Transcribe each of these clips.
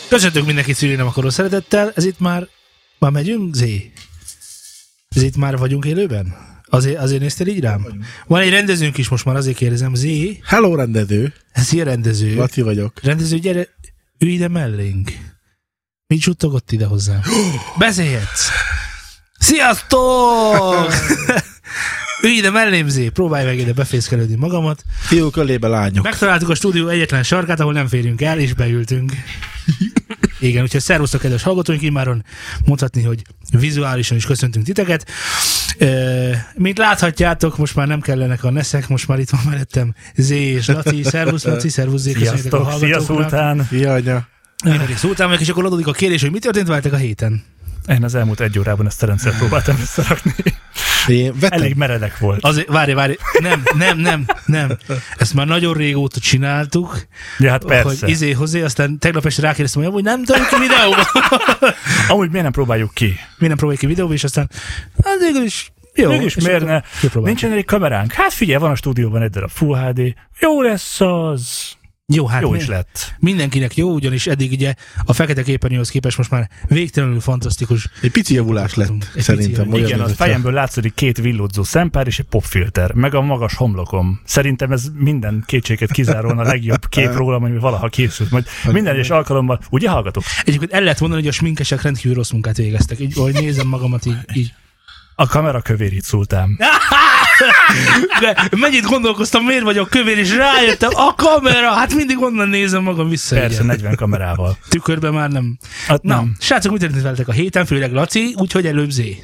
Köszöntök mindenkit Szüli nem akaró szeretettel. Ez itt már megyünk, Zé? Ez itt már vagyunk élőben? Azért néztél így rám? Van egy rendezőnk is most már, azért kérdezem, Zé? Hello, rendező. Szia, rendező. Laci vagyok. Rendező, gyere, ülj ide mellénk. Mit suttogott ide hozzám? Beszélhetsz! Sziasztok! Ülj ide mellém, Zé, próbálj meg ide befészkelődni magamat. Fiúk ölébe lányok. Megtaláltuk a stúdió egyetlen sarkát, ahol nem férjünk el, és beültünk. Igen, úgyhogy szervusztok, kedves hallgatóink, immáron mondhatni, hogy vizuálisan is köszöntünk titeket. Mint láthatjátok, most már nem kellenek a neszek, most már itt van mellettem Zé és Laci. Szervusz, Laci, szervusz, Zé, köszönjétek a hallgatóknak. Szia, Szultán. Szia, anya. Én pedig Szultán vagyok, és akkor adódik a kérdés, hogy mi történt veletek a héten? Én az elmúlt 1 órában ezt a rendszert próbáltam összerakni. Elég meredek volt. Azért, várj, nem. Ezt már nagyon régóta csináltuk. Ja, hát persze. Hogy hozzá, aztán tegnap este rákérdeztem, hogy nem tudom ki videóban. Amúgy miért nem próbáljuk ki? Miért nem próbáljuk ki videóban, és aztán hát végül is jó. Mégis miért ne? Nincsen elég kameránk. Hát figyelj, van a stúdióban egy darab Full HD. Jó lesz az. Jó, hát jó is lett. Mindenkinek jó, ugyanis eddig ugye a fekete képernyőhöz képest most már végtelenül fantasztikus. Egy pici javulás lett, szerintem. Igen, a fejemből látszódik 2 villódzó szempár és egy popfilter, meg a magas homlokom. Szerintem ez minden kétséget kizáróan a legjobb képrólam, ami valaha készült. Majd minden egyes alkalommal, ugye hallgatok? Egyébként el lehet mondani, hogy a sminkesek rendkívül rossz munkát végeztek. Így, ahogy nézem magamat így. A kamera kövérít, Szultán. De mennyit gondolkoztam, miért vagyok kövér, és rájöttem, a kamera, hát mindig onnan nézem magam vissza. Persze, 40 kamerával. Tükörben már nem. Hát na, nem. Srácok, mit történt veletek a héten, főleg Laci, úgyhogy előbb Zé.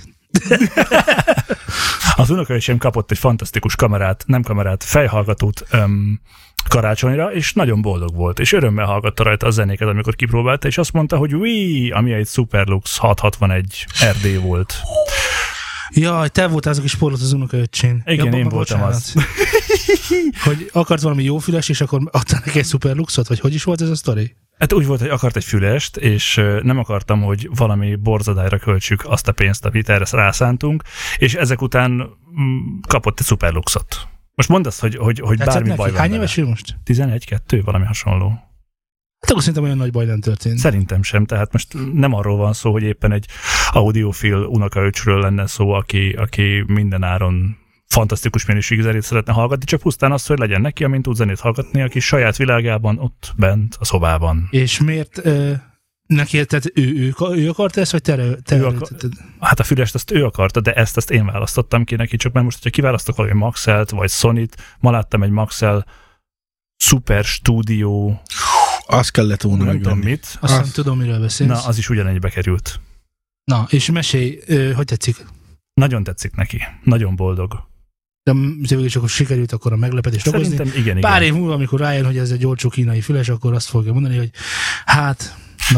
Az unokaöcsém kapott egy fantasztikus fejhallgatót karácsonyra, és nagyon boldog volt, és örömmel hallgatta rajta a zenéket, amikor kipróbálta, és azt mondta, hogy ami egy Superlux 661 RD volt. Jaj, te voltál azok is spórolott az unokaöccsén. Igen, én voltam az. Hogy akart valami jó füles, és akkor adtál neki egy Superluxot, vagy hogy is volt ez a sztori? Hát úgy volt, hogy akart egy fülest, és nem akartam, hogy valami borzadályra költsük azt a pénzt, amit erre rászántunk, és ezek után kapott egy Superluxot. Most mondd azt, hogy bármi baj van. Hány éves ő most? 11-2, valami hasonló. Hát akkor szerintem olyan nagy baj nem történt. Szerintem sem, tehát most nem arról van szó, hogy éppen egy audiofil unokaöcsről lenne szó, aki minden áron fantasztikus minőségű zenét szeretne hallgatni, csak pusztán az, hogy legyen neki, amint tud zenét hallgatni, aki saját világában, ott bent, a szobában. És miért neki, tehát ő akarta ezt, vagy te hát a fülest azt ő akarta, de ezt én választottam ki neki, csak mert most, hogyha kiválasztok valami Maxelt, vagy Sony-t, ma láttam egy Maxell Super Studio. Azt kellett volna nem tudom mit. Azt tudom, miről beszélsz. Na, az is ugyanennyibe került. Na, és mesélj, hogy tetszik? Nagyon tetszik neki. Nagyon boldog. De végül is akkor sikerült akkor a meglepetést okozni. Szerintem igen. Pár év múlva, amikor rájön, hogy ez egy olcsó kínai füles, akkor azt fogja mondani, hogy hát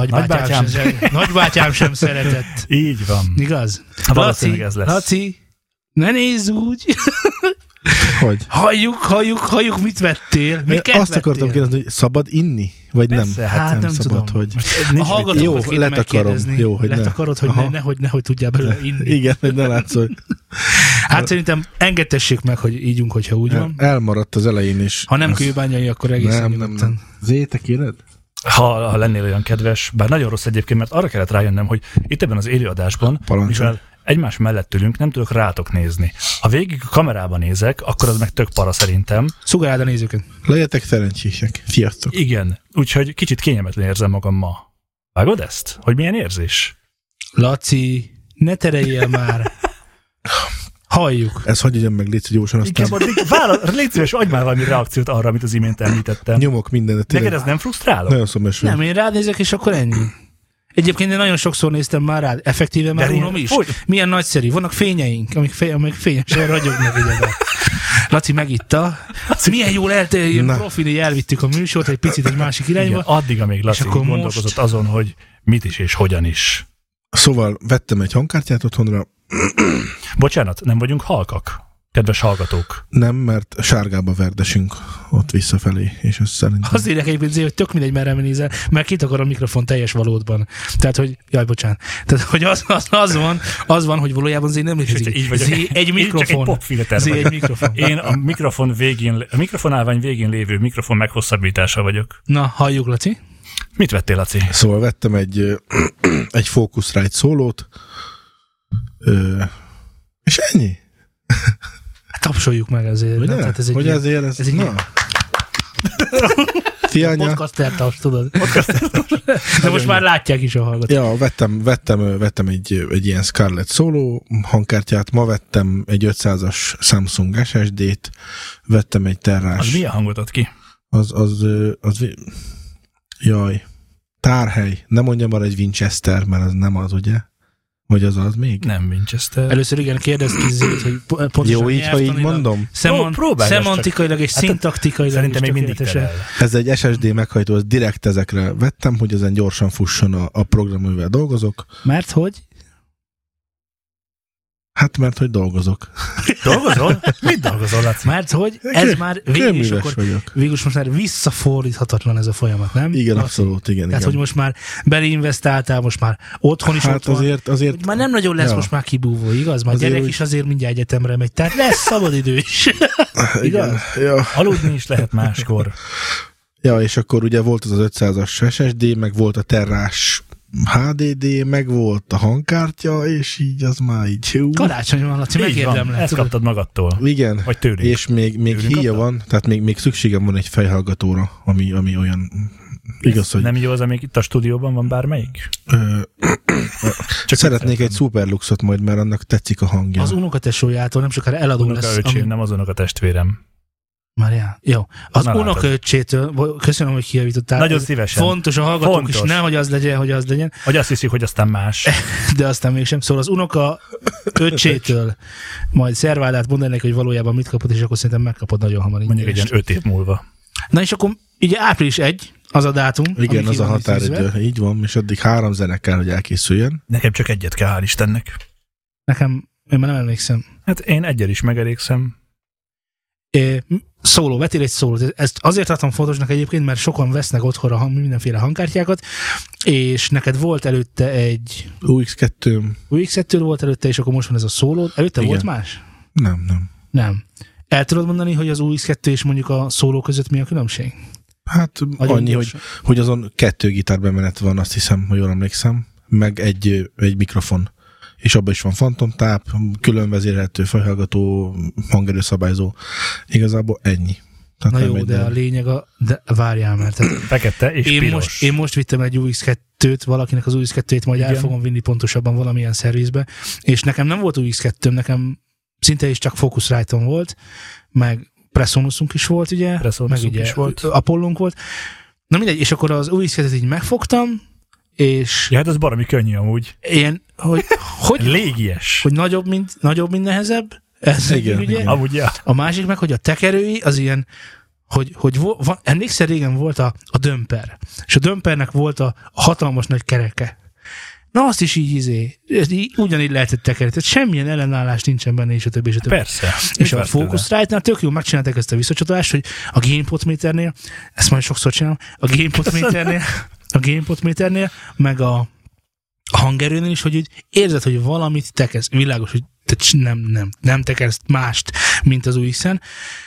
nagybátyám sem szeretett. Így van. Igaz? Valószínűleg ez lesz. Laci, ne nézz úgy. Hogy? Halljuk, mit vettél? Azt akartam kérdezni, hogy szabad inni? Vagy persze, nem? Hát nem szabad, tudom. hogy... A hallgatókat kéne megkérdezni. Jó, hogy letakarod, hogy nehogy tudjál belőle inni. Igen, hogy ne látsz, hogy... Hát szerintem engedtessék meg, hogy ígyunk, hogyha úgy van. Elmaradt az elején is. Ha nem kőbányai, akkor egészen nyugodtan. Zé, te kéred? Ha lennél olyan kedves, bár nagyon rossz egyébként, mert arra kellett rájönnöm, hogy itt ebben az élőadásban, mivel egymás mellett ülünk, nem tudok rátok nézni. Ha végig a kamerában nézek, akkor az meg tök para szerintem. Szugaráld a nézőket. Legyetek szerencsések. Sziasztok. Igen, úgyhogy kicsit kényelmetlen érzem magam ma. Vágod ezt? Hogy milyen érzés? Laci, ne tereljél már. Halljuk. Ez hagyj ügyem meg, légy gyorsan, aztán... Légy szíves, adj már valami reakciót arra, amit az imént említettem. Nyomok mindenet. Neked ez nem frusztráló? Nagyon szomjas. Nem, én rád nézek, és akkor ennyi. Egyébként én nagyon sokszor néztem már rád, effektíve már unom is. Milyen nagyszerű. Vannak fényeink, amik fényesen ragyognak ide. Laci megitta. Milyen jól profili elvittük a műsort egy picit egy másik irányba. Igen, addig, amíg Laci gondolkozott azon, hogy mit is és hogyan is. Szóval vettem egy hangkártyát otthonra. Bocsánat, nem vagyunk halkak, kedves hallgatók? Nem, mert sárgába verdesünk ott visszafelé, és ez szerintem... Azt írják egyébként, hogy tök mindegy, merre nézel, mert kitakar a mikrofon teljes valódban. Tehát, hogy... Jaj, bocsánat. Tehát, hogy az van, hogy valójában Zé nem létezik. Zé egy mikrofon. Zé egy mikrofon. Én a mikrofonálvány végén lévő mikrofon meghosszabbítása vagyok. Na, halljuk, Laci. Mit vettél, Laci? Szóval vettem egy Focusrite szólót, és ennyi. Tapsoljuk meg ezért. Ugye? Tehát ez egy hogy ezért ez egy na. Tiánya. podcaster taps, tudod. De most már látják is a hallgatók. Ja, vettem egy ilyen Scarlett Solo hangkártyát, ma vettem egy 500-as Samsung SSD-t, vettem egy terrás. Az milyen hangot ad ki? Jaj. Tárhely. Nem mondjam arra egy Winchester, mert az nem az, ugye? Vagy az még? Nem Winchester. Először igen, kérdezd ki Zét, hogy pontosan jó így, ha így mondom? Szemantikailag és szintaktikailag szerintem még mindig terel. Ez egy SSD meghajtó, az direkt ezekre vettem, hogy ezen gyorsan fusson a program, amivel dolgozok. Mert hogy? Hát mert hogy dolgozok. Dolgozol? Mit dolgozol, Laci? Mert hogy ez már végül most már visszafordíthatatlan ez a folyamat, nem? Igen, abszolút, igen. Tehát, hogy most már beinvestáltál, most már otthon is hát ott van. azért már nem nagyon lesz most már kibúvó, igaz? Már azért gyerek is azért mindjárt egyetemre megy, tehát lesz szabadidő is. Igaz? Ja. Aludni is lehet máskor. Ja, és akkor ugye volt az 500-as SSD, meg volt a terrás HDD, meg volt a hangkártya, és így az már így... Karácsony van, Laci, megérdemled. Ezt kaptad magadtól. Igen, vagy tőlünk. És még híja van, tehát még szükségem van egy fejhallgatóra, ami olyan... Igaz, hogy... Nem jó az, amíg itt a stúdióban van bármelyik? Csak szeretnék egy Superluxot majd, mert annak tetszik a hangja. Az unokatesójától nem sokára eladó lesz. Unokaöcsém, nem az unokatestvérem. Már jó. Az unokaöccsétől, köszönöm, hogy kijavítottál. Nagyon szívesen. Fontos a hallgatók is, nehogy az legyen. Hogy azt hiszik, hogy aztán más. De aztán mégsem. Szóval az unokaöccsétől majd szerválát mondani neki, hogy valójában mit kapod, és akkor szerintem megkapod nagyon hamar. Mondjuk egy ilyen 5 év múlva. Na és akkor ugye április 1 az a dátum. Igen, az a határidő. Így van, és addig 3 zene kell, hogy elkészüljön. Nekem csak egyet kell, hál' Istennek. Én már nem emlékszem. Hát én egyel is megelégszem. Szóló, vettél egy szólót. Ezt azért tartom fontosnak egyébként, mert sokan vesznek otthonra mindenféle hangkártyákat, és neked volt előtte egy... UX2 volt előtte, és akkor most van ez a szóló. Előtte igen. Volt más? Nem. El tudod mondani, hogy az UX2 és mondjuk a szóló között mi a különbség? Hát annyi, hogy azon 2 gitárbemenet van, azt hiszem, hogy jól emlékszem, meg egy mikrofon. És abban is van fantomtáp, külön vezérelhető, fejhallgató, hangerőszabályzó. Igazából ennyi. Tehát na jó, de a lényeg de várjál már. Fekete és piros. Én most vittem egy UX2-t, valakinek az UX2-t majd el fogom vinni pontosabban valamilyen szervizbe, és nekem nem volt UX2-m, nekem szinte is csak Focusrite-on volt, meg Presonusunk is volt, ugye? Meg ugye is volt. Apollónk volt. Na mindegy, és akkor az UX2-t így megfogtam, és... Ja, hát ez baromi könnyű amúgy. Ilyen, hogy légies. Hogy nagyobb, mint nehezebb. Ez igen, ugye? Igen. Amúgy, ja. A másik meg, hogy a tekerői az ilyen, hogy emlékszel, régen volt a dömper. És a dömpernek volt a hatalmas nagy kereke. Na azt is így ugyanígy lehetett tekerni. Tehát semmilyen ellenállás nincsen benne, és a többi, és a többi. Persze. És a Focusrite-nál tök jó megcsinálták ezt a visszacsatolást, hogy a gainpotméternél, ezt majd sokszor csinálom, a gainpotméternél, meg a hangerőnél is, hogy érzed, hogy valamit tekersz. Világos, hogy te nem tekersz mást, mint az UX-en,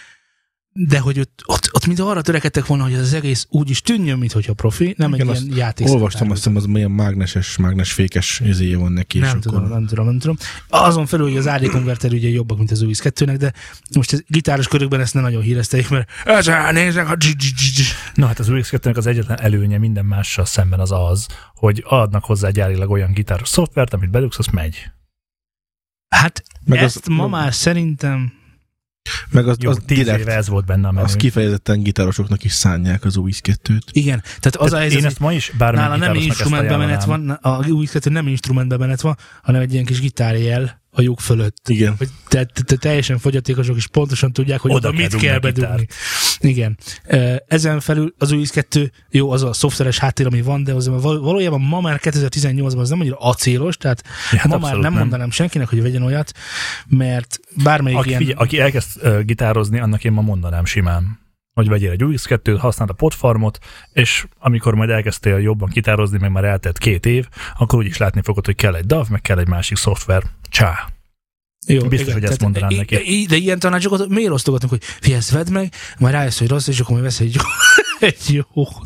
de hogy ott mind arra törekedtek volna, hogy az egész úgy is tűnjön, mintha profi, nem igen, egy ilyen játék. Olvastam, azt hiszem, az milyen mágnesfékes izéje van neki. Nem tudom. Azon felül, hogy az AD konverter ugye jobbak, mint az UX2-nek, de most ez gitáros körökben ezt nem nagyon hírezték, mert nézzek a... Na hát az UX2-nek az egyetlen előnye minden mással szemben az, hogy adnak hozzá gyárilag olyan gitáros szoftvert, amit bedugsz, az megy. Hát meg ezt ma már szerintem... Meg az 10 éve ez volt benne a menő. Az kifejezetten gitárosoknak is szánják az UX2-t. Igen, tehát az a helyzet, én ezt ma is bármilyen nála nem instrumentbemenet van, a UX2 nem instrumentbemenet van, hanem egy ilyen kis gitárjel a lyuk fölött. Igen. Hogy teljesen fogyatékosok is pontosan tudják, hogy oda mit kell bedugni. Igen. Ezen felül az UX2 jó, az a szoftveres háttér, ami van, de az valójában ma már 2018-ban az nem annyira acélos, tehát ma már nem mondanám senkinek, hogy vegyen olyat, mert bármelyik aki elkezd gitározni, annak én ma mondanám simán, hogy vegyél egy UX2-t, használd a Podfarmot, és amikor majd elkezdtél jobban gitározni, meg már eltelt 2 év, akkor úgyis látni fogod, hogy kell egy DAW, meg kell egy másik szoftver. Csá! Jó, biztos, igen, hogy ezt mondanám neki. De ilyen tanácsokat miért osztogatunk, hogy figyelj, ezt vedd meg, majd rájössz, hogy rossz, és akkor majd vesz egy jót.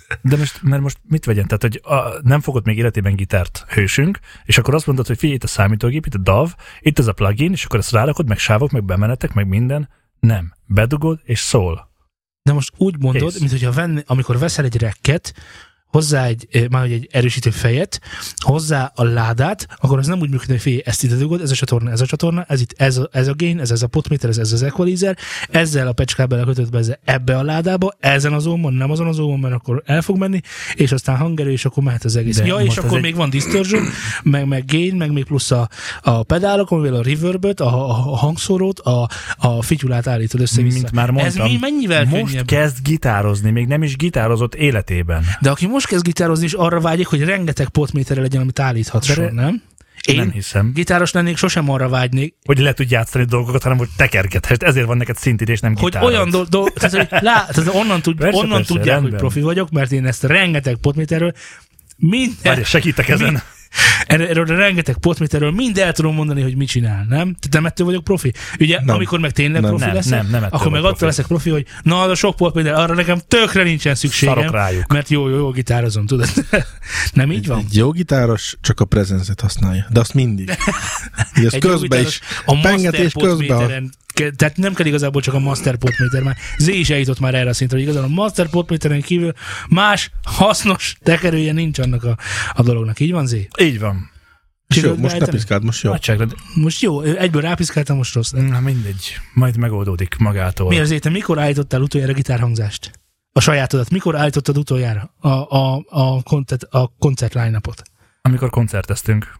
De most mit vegyen? Tehát, hogy nem fogod még életében gitárt hősünk, és akkor azt mondod, hogy figyelj, itt a számítógép, itt a DAW, itt ez a plugin, és akkor ezt rárakod, meg sávok, meg bemenetek, meg minden. Nem. Bedugod, és szól. De most úgy mondod, mint hogyha amikor veszel egy racket, hozzá egy erősítő fejet, hozzá a ládát, akkor az nem úgy működik, hogy figyelj, ezt ide dugod, ez a csatorna, ez itt, ez a gain, ez a potmeter, ez az equalizer, ezzel a patchkábbel kötött be ebbe a ládába, ezen az ohmon, nem azon az ohmon, mert akkor el fog menni, és aztán hangerő, és akkor mehet az egész. De ja, és akkor még van distortion, meg gain, meg még plusz a pedálok, amivel a reverböt, a hangszórót, a fityulát állítod össze-vissza. Mint már mondtam, ez mennyivel most könnyebb? kezd gitározni, még nem is gitározott életében. De aki most kezd gitározni, és arra vágyik, hogy rengeteg potméterre legyen, amit állíthatson, nem? Én nem hiszem. Gitáros lennék, sosem arra vágynék. Hogy le tudj játszani dolgokat, hanem hogy tekergethess. Ezért van neked szintid, és nem gitárod. Hogy olyan tehát onnan tudják, rendben, hogy profi vagyok, mert én ezt rengeteg potméterről Várj, segítek ezen. Erről rengeteg potméterről mind el tudom mondani, hogy mit csinál, nem? Tehát nem ettől vagyok profi. Ugye, nem. Amikor meg tényleg profi leszek, akkor meg attól leszek profi, hogy na, az a sok potméter, arra nekem tökre nincsen szükségem, mert jó gitározom, tudod? Nem így van? Egy jó gitáros csak a presence-et használja, de azt mindig. Ez közben is. A pengetés közben. Tehát nem kell igazából csak a master potméter, már Zé is eljutott már erre a szintre, hogy igazából a master potméteren kívül más hasznos tekerője nincs annak a dolognak. Így van, Zé? Így van. Jó, most ne piszkáld, most jó. Most jó, egyből rápiszkáltam, most rossz. Na mindegy, majd megoldódik magától. Miért, Zé, te mikor állítottál utoljára gitárhangzást? A sajátodat. Mikor állítottad utoljára a koncert line-upot? Amikor koncerteztünk.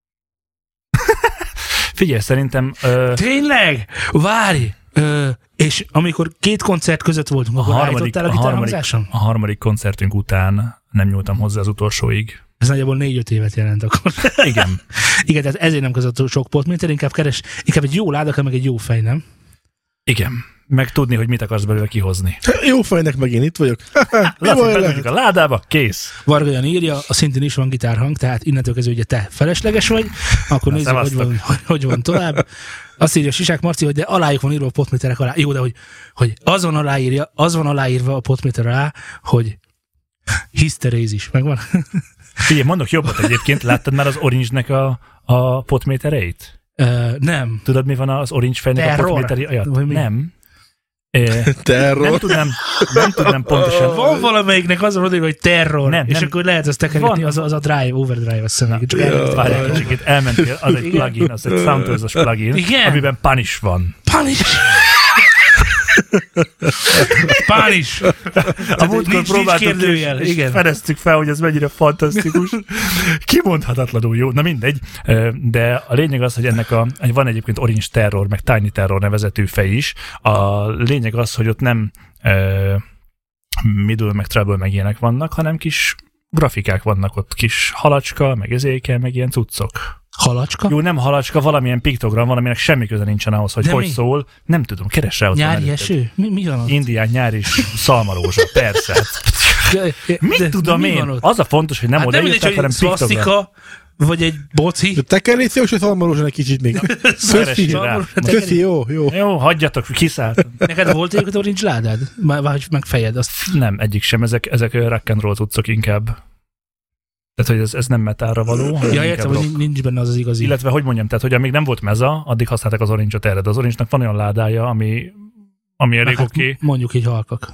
Figyelj, szerintem... Tényleg? Várj! És amikor két koncert között voltunk, akkor állítottál a gitárhangzáson? A harmadik koncertünk után nem nyúltam hozzá az utolsóig. Ez nagyjából 4-5 évet jelent akkor. Igen. Igen, tehát ezért nem között sok potméter, inkább egy jó láda, meg egy jó fej, nem? Igen. Meg tudni, hogy mit akarsz belőle kihozni. Jó fejnek meg én itt vagyok. Bedugjuk a ládába, kész. Varga Jan írja, a szintén is van gitárhang, tehát innentől kezdve ugye te felesleges vagy, akkor nézzük, hogy van tovább. Azt írja Sisák Marci, hogy de alájuk van írva a potméterek alá. Jó, de hogy az van aláírva a potméter alá, hogy hiszterézis. Megvan? Figyelj, mondok jobbat egyébként. Láttad már az Orange-nek a potmétereit? Nem. Tudod, mi van az Orange fejnek a potméteri ajat? Nem. Terror. Nem tudnám pontosan. Van valamelyiknek az van, hogy terror, és nem. akkor lehet ezt tekerítni, az a drive, overdrive, azt hiszem. Várj egy kicsit, elmentél, az egy plugin, az egy Soundtools-os plugin, amiben Punish van. Punish! A múltkor próbáltuk és fedeztük fel, hogy ez mennyire fantasztikus. Kimondhatatlanul jó. Na mindegy. De a lényeg az, hogy ennek van egyébként Orange Terror, meg Tiny Terror nevezetű fej is. A lényeg az, hogy ott nem middle, meg treble, meg ilyenek vannak, hanem kis grafikák vannak ott, kis halacska, meg ezéke, meg ilyen cuccok. Halacska? Jó, nem halacska, valamilyen piktogram van, aminek semmi köze nincsen ahhoz, hogy szól. Nem tudom, keres rá ott. Nyári eső? Mi van ott? Indián nyári szalmarózsa, persze. Mit tudom én? Az a fontos, hogy nem oda írták, hanem piktogram. Vagy egy boci. Tekernéd szó, hogy szalmarózsan egy kicsit még. Köszi, jó. Jó, hagyjatok, kiszállt. Neked volt egyébként Orange ládád? Vagy meg fejed? Azt... Nem, egyik sem. Ezek rock and roll cuccok inkább. Tehát, hogy ez nem metálra való. Ja, értem, hogy nincs benne az igazi. Illetve, hogy mondjam, tehát, hogy amíg nem volt meza, addig használták az Orange-ot erre, de az Orange-nak van olyan ládája, ami elég oké. Mondjuk így halkak.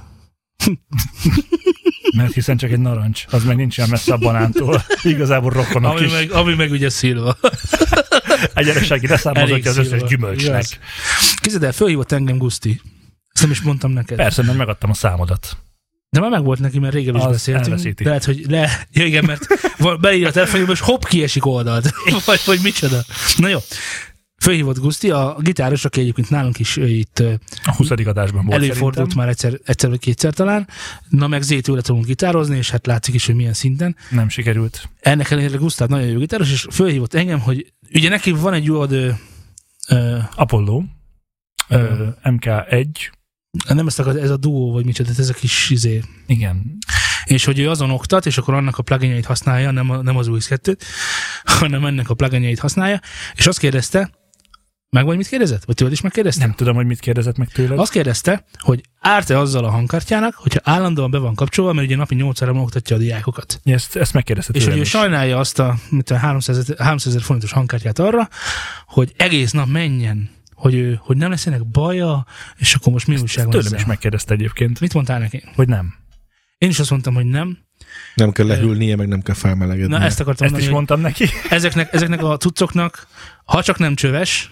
Mert hiszen csak egy narancs, az meg nincs olyan messze a banántól. Igazából rokonok is. Ami meg ugye szilva. Egyenesági leszármazottja az összes gyümölcsnek. Képzeld el, fölhívott engem Guszti. Ezt nem is mondtam neked. Persze, mert megadtam a számodat. De már meg volt neki, mert régen is beszéltünk. Elveszíti. Lehet, hogy ja, igen, mert beír a telefonjába, és hopp, kiesik oldalt. vagy micsoda. Na jó. Fölhívott Guszti, a gitáros, aki egyébként nálunk is itt a 20. adásban volt előfordult már egyszer vagy kétszer talán. Na meg Zé tőle tudunk gitározni, és hát látszik is, hogy milyen szinten. Nem sikerült. Ennek ellenére Gusztáv nagyon jó gitáros, és fölhívott engem, hogy ugye neki van egy jó Apollo, MK1. Nem ez a duó, vagy micsoda, ez a kis izé. Igen. És hogy ő azon oktat, és akkor annak a pluginjait használja, nem az UX2-t, hanem ennek a pluginjait használja, és azt kérdezte, Vagy mit kérdezett? Vagy tőled is megkérdezte? Nem tudom, hogy mit kérdezett meg tőled. Azt kérdezte, hogy árt-e azzal a hangkártyának, hogyha állandóan be van kapcsolva, mert ugye napi 8 óra oktatja a diákokat. Ezt megkérdezte És tőlem hogy ő sajnálja azt a 300 000 forintos hangkártyát arra, hogy egész nap menjen, hogy nem lesz ennek baja, és akkor most mi újság van tőlem ezzel? is megkérdezte egyébként. Mit mondtál neki? Hogy nem. Én is azt mondtam, hogy nem. Nem kell lehűlnie, meg nem kell felmelegednie. Na ezt akartam Ezt is mondani, mondtam neki. ezeknek a cuccoknak, ha csak nem csöves,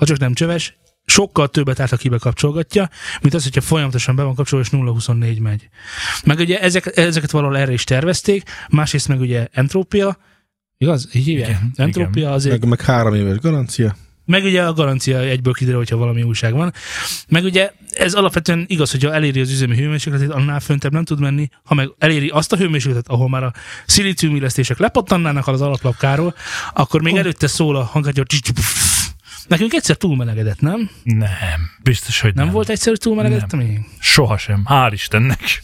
sokkal többet árt, aki bekapcsolgatja, mint az, hogyha folyamatosan be van kapcsolva, és 0-24 megy. Meg ugye ezeket valahol erre is tervezték, másrészt meg ugye entrópia, igaz? Így hívják? Igen, Entrópia igen. azért... Meg 3 éves garancia. Meg ugye a garancia egyből kiderül, hogyha valami újság van. Meg ugye ez alapvetően igaz, hogyha eléri az üzemi hőmérsékletét, annál föntebb nem tud menni, ha meg eléri azt a hőmérsékletet, ahol már a szilíciumillesztések lepattannának az alaplapkáról, akkor még előtte szól a hangkártya, nekünk egyszer túlmelegedett, nem? Nem, biztos, hogy nem. Nem volt egyszer, hogy túlmelegedett Nem. még? Sohasem, hál' Istennek.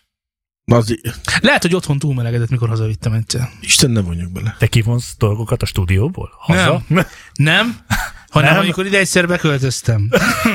Lehet, hogy otthon túlmelegedett, mikor hazavittem egyszer. Isten ne vonjuk bele. Te kivonsz dolgokat a stúdióból? Haza? Nem, hanem Nem? amikor ide egyszer beköltöztem.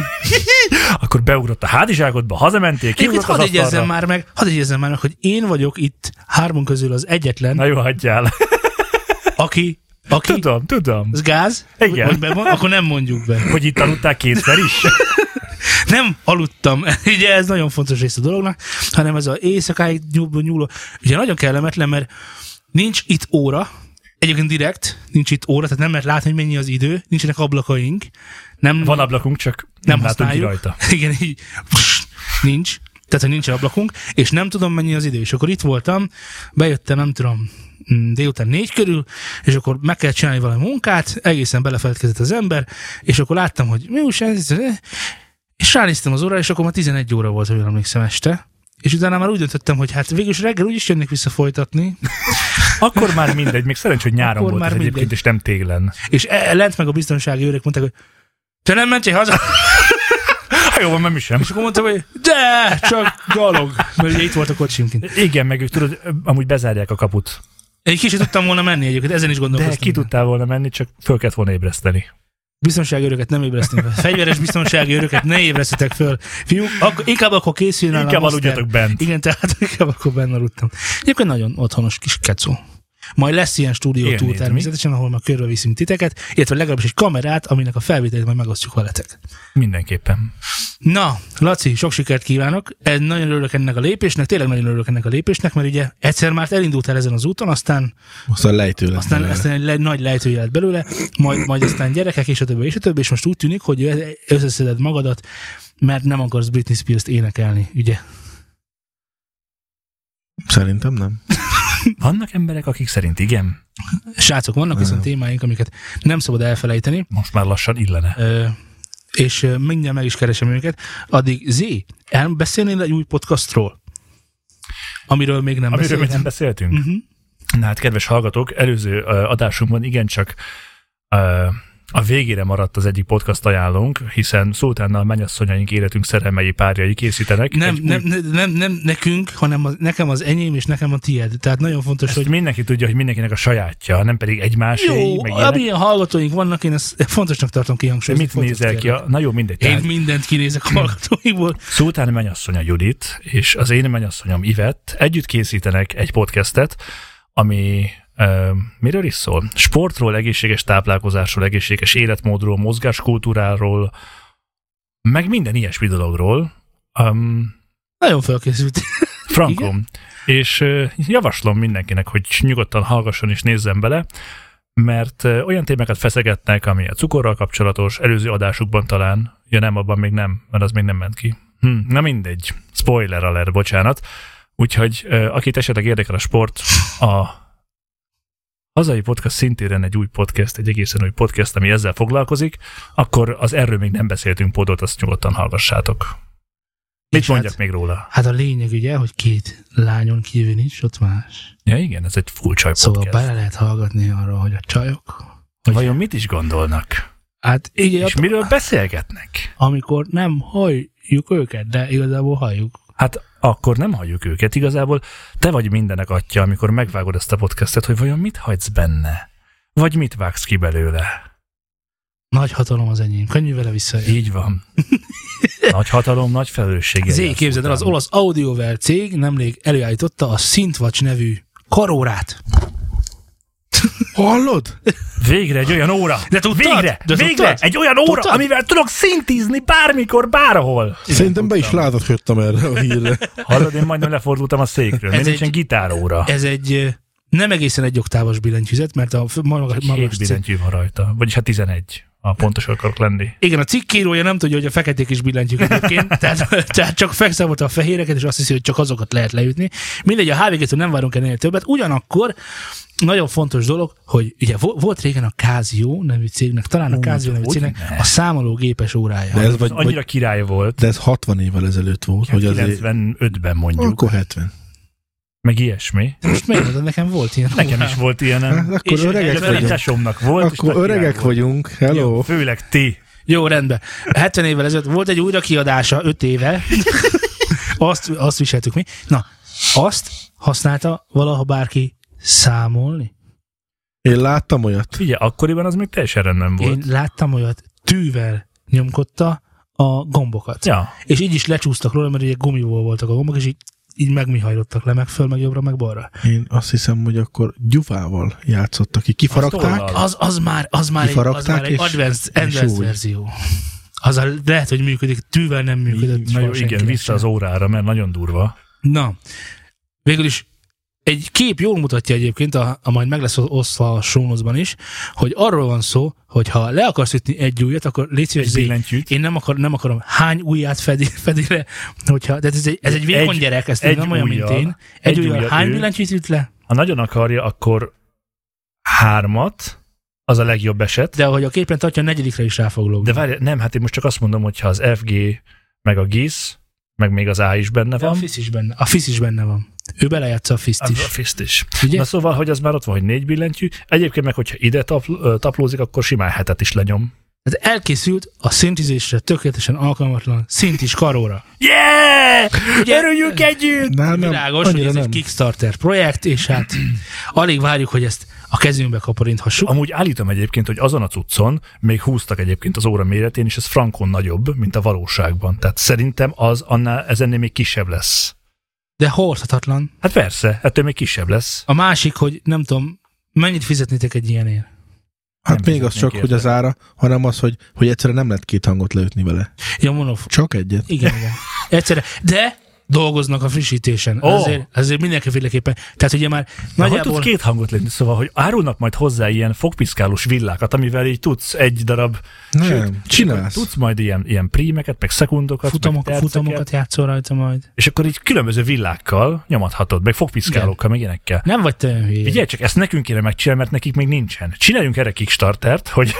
Akkor beugrott a hátizsákodba, hazamentél, kiugrott az Hadd asztalra. jegyezzem már meg, hogy én vagyok itt hármon közül az egyetlen, Na jó, hagyjál. aki Tudom. ez gáz, Igen. hogy be van, akkor nem mondjuk be. Hogy itt aludtál kétszer is? Nem aludtam, ugye ez nagyon fontos rész a dolognak, hanem ez az éjszakáig nyúló. Ugye nagyon kellemetlen, mert nincs itt óra, egyébként direkt nincs itt óra, tehát nem lehet látni, hogy mennyi az idő, nincsenek ablakaink. Van ablakunk, csak nem látunk ki használjuk. rajta. Igen, így nincs. Tehát, hogy nincs ablakunk, és nem tudom, mennyi az idő. És akkor itt voltam, bejöttem, nem tudom, délután 4 körül, és akkor meg kell csinálni valami munkát, egészen belefeledkezett az ember, és akkor láttam, hogy mi újság, és ránéztem az órára, és akkor már 11 óra volt, hogy emlékszem este. És utána már úgy döntöttem, hogy hát végülis reggel úgyis jönnék vissza folytatni. Akkor már mindegy, még szerencsé, hogy nyáron Akkor volt már ez egyébként, mindegy. és nem télen. És lent meg a biztonsági őrök mondták, hogy te nem mentél haza? Jó, van, nem is sem. És akkor mondtam, hogy de, csak gyalog. Mert ugye itt volt a kocsim kint. Igen, meg ők tudod, amúgy bezárják a kaput. Én ki sem tudtam volna menni egyébként, ezen is De gondolkoztam. ki tudtál volna menni, csak föl kellett volna ébreszteni. Biztonsági őröket nem ébresztünk fel. Fegyveres biztonsági őröket ne ébresztetek föl. Fiúk, inkább akkor készüljön el Inkább a master. aludjatok bent. Igen, tehát inkább akkor benne aludtam. Egyébként nagyon otthonos kis kecó. Majd lesz ilyen stúdió túl Élnéd természetesen, ahol már körbe viszünk titeket, illetve legalábbis egy kamerát, aminek a felvételét majd megosztjuk veletek. Mindenképpen. Na, Laci, sok sikert kívánok. Nagyon örülök ennek a lépésnek, tényleg nagyon örülök ennek a lépésnek, mert ugye egyszer már elindultál ezen az úton, aztán lejtő lett belőle. aztán egy nagy lejtő lett belőle, majd aztán gyerekek, és a többi, és most úgy tűnik, hogy összeszeded magadat, mert nem akarsz Britney Spears-t énekelni, ugye? Szerintem nem. Vannak emberek, akik szerint igen. Srácok, vannak viszont témáink, amiket nem szabad elfelejteni, Most már lassan illene. és mindjárt meg is keresem őket. Addig beszélnél egy új podcastról? Amiről még nem Amiről még nem beszéltünk. beszéltünk? Na hát, kedves hallgatók, előző adásunkban igencsak a végére maradt az egyik podcast ajánlónk, hiszen Szultánnal mennyasszonyaink életünk szerelmei párjai készítenek. Nem nekünk, hanem nekem az enyém, és nekem a tied. Tehát nagyon fontos, Ezt hogy mindenki tudja, hogy mindenkinek a sajátja, nem pedig egymásé, jó, meg ilyenek. amilyen hallgatóink vannak, én ezt fontosnak tartom De kihangsúlyozni. mit nézel ki? Na jó, mindegy. Én Tehát mindent kinézek a hallgatóinkból. Szultán mennyasszonya Judit és az én mennyasszonyom Ivett együtt készítenek egy podcastet, ami miről is szól? Sportról, egészséges táplálkozásról, egészséges életmódról, mozgáskultúráról, meg minden ilyesmi dologról. Nagyon felkészült. Frankom. És javaslom mindenkinek, hogy nyugodtan hallgasson és nézzen bele, mert olyan témákat feszegetnek, ami a cukorral kapcsolatos, előző adásukban talán, ja nem, abban még nem, mert az még nem ment ki. Na mindegy, spoiler alert, bocsánat. Úgyhogy akit esetleg érdekel a sport, a Hazai Podcast szintén egy új podcast, egy egészen új podcast, ami ezzel foglalkozik, akkor az erről még nem beszéltünk podot, azt nyugodtan hallgassátok. Mit És mondjak még róla? Hát a lényeg ugye, hogy 2 lányon kívül nincs ott más. Ja igen, ez egy full csaj Szóval podcast. bele lehet hallgatni arra, hogy a csajok... Vajon mit is gondolnak? Hát így, És miről beszélgetnek? amikor nem halljuk őket, de igazából halljuk. Hát akkor nem halljuk őket. Igazából te vagy mindenek atya, amikor megvágod ezt a podcastet, hogy vajon mit hagysz benne? Vagy mit vágsz ki belőle? Nagy hatalom az enyém. Könnyű vele visszajön. Így van. Nagy hatalom, nagy felelősséggel. Zé, képzeld el, az olasz Audioware cég nemrég előállította a Synthwatch nevű karórát. Hallod? Végre egy olyan óra. De tudtad? Végre egy olyan óra, amivel tudok szintizni bármikor, bárhol. Szerintem be is látod, hogy jöttem erre a hírre. Hallod, én majdnem lefordultam a székről. Ez egy gitáróra. Ez egy nem egészen egy oktávos billentyűzet, mert a magas 7 billentyű van rajta. Vagyis hát 11. Ha pontos akarok lenni. Igen, a cikkírója nem tudja, hogy a feketék is billentyűk egyébként, tehát csak felszámolta a fehéreket, és azt hiszi, hogy csak azokat lehet leütni. Mindegy, a HVG-től nem várunk ennél többet. Ugyanakkor nagyon fontos dolog, hogy ugye volt régen a Casio nevű cégnek, talán a Casio nevű cégnek a számológépes órája. De ez annyira király volt. De ez 60 évvel ezelőtt volt. Hogy 95-ben mondjuk. Akkor 70. Meg ilyesmi. Most miért mondod, nekem volt ilyen? Nekem is volt ilyenem. Hát, akkor öregek vagyunk. Volt, akkor öregek vagyunk. Hello. Jó, főleg ti. Jó, rendben. 70 évvel ezelőtt volt egy újrakiadása 5 éve. azt viseltük mi. Na, azt használta valaha bárki számolni? Én láttam olyat. Figyelj, akkoriban az még teljesen rendben volt. Én láttam olyat, tűvel nyomkodta a gombokat. Ja. És így is lecsúsztak róla, mert ugye gumiból voltak a gombok, és így megmihajlottak le, meg föl, meg jobbra, meg balra. Én azt hiszem, hogy akkor gyufával játszottak ki. Kifaragták? Az már egy advanced verzió. Lehet, hogy működik, tűvel nem működött. Na jó, igen, vissza az órára, mert nagyon durva. Na, végül is egy kép jól mutatja egyébként, majd meg lesz osztva a show notes-ban is, hogy arról van szó, hogy ha le akarsz ütni egy ujjat, akkor légy szíves, én nem akarom hány ujját fedi le, hogyha, de ez egy vékony gyerek, ezt nem olyan, mint én. Egy ujjal hány billentyűt üt le? Ha nagyon akarja, akkor 3, az a legjobb eset. De ahogy a képen tartja, a 4. is rá fog lógni. De várj, nem, hát én most csak azt mondom, hogy ha az FG, meg a GIS, meg még az A is benne van. A FIS is benne van. Ő belejátsza a FIS-t is. A FIS-t is. Ugye? Na szóval, hogy az már ott van, hogy 4 billentyű. Egyébként meg, hogyha ide taplózik, akkor simán 7-et is lenyom. Tehát elkészült a szintizésre tökéletesen alkalmatlan szintis karóra. Yeah! Örüljünk együtt! Világos, hogy ez egy Kickstarter projekt, és hát alig várjuk, hogy ezt a kezünkbe kaporinthassuk. Amúgy állítom egyébként, hogy azon a cuccon még húztak egyébként az óra méretén, és ez frankon nagyobb, mint a valóságban. Tehát szerintem ez ennél még kisebb lesz. De hordhatatlan. Hát persze, ettől még kisebb lesz. A másik, hogy nem tudom, mennyit fizetnétek egy ilyenért? Hát még az csak, hogy az ára, hanem az, hogy egyszerűen nem lehet 2 hangot leütni vele. Ja, mondom. Csak egyet. Igen. Egyszerűen. De dolgoznak a frissítésen. Azért mindenféleképpen. Tehát ugye már nagyjából... Hogy tudsz 2 hangot lenni, szóval, hogy árulnak majd hozzá ilyen fogpiszkálós villákat, amivel így tudsz egy darab... Nem, csinálsz. Tudsz majd ilyen prímeket, meg szekundokat, futamokat játszol rajta majd. És akkor így különböző villákkal nyomadhatod, meg fogpiszkálókkal, meg ilyenekkel. Nem vagy te olyan hülye. Figyelj csak, ezt nekünk kéne megcsinálni, mert nekik még nincsen. Csináljunk erre Kickstartert, hogy...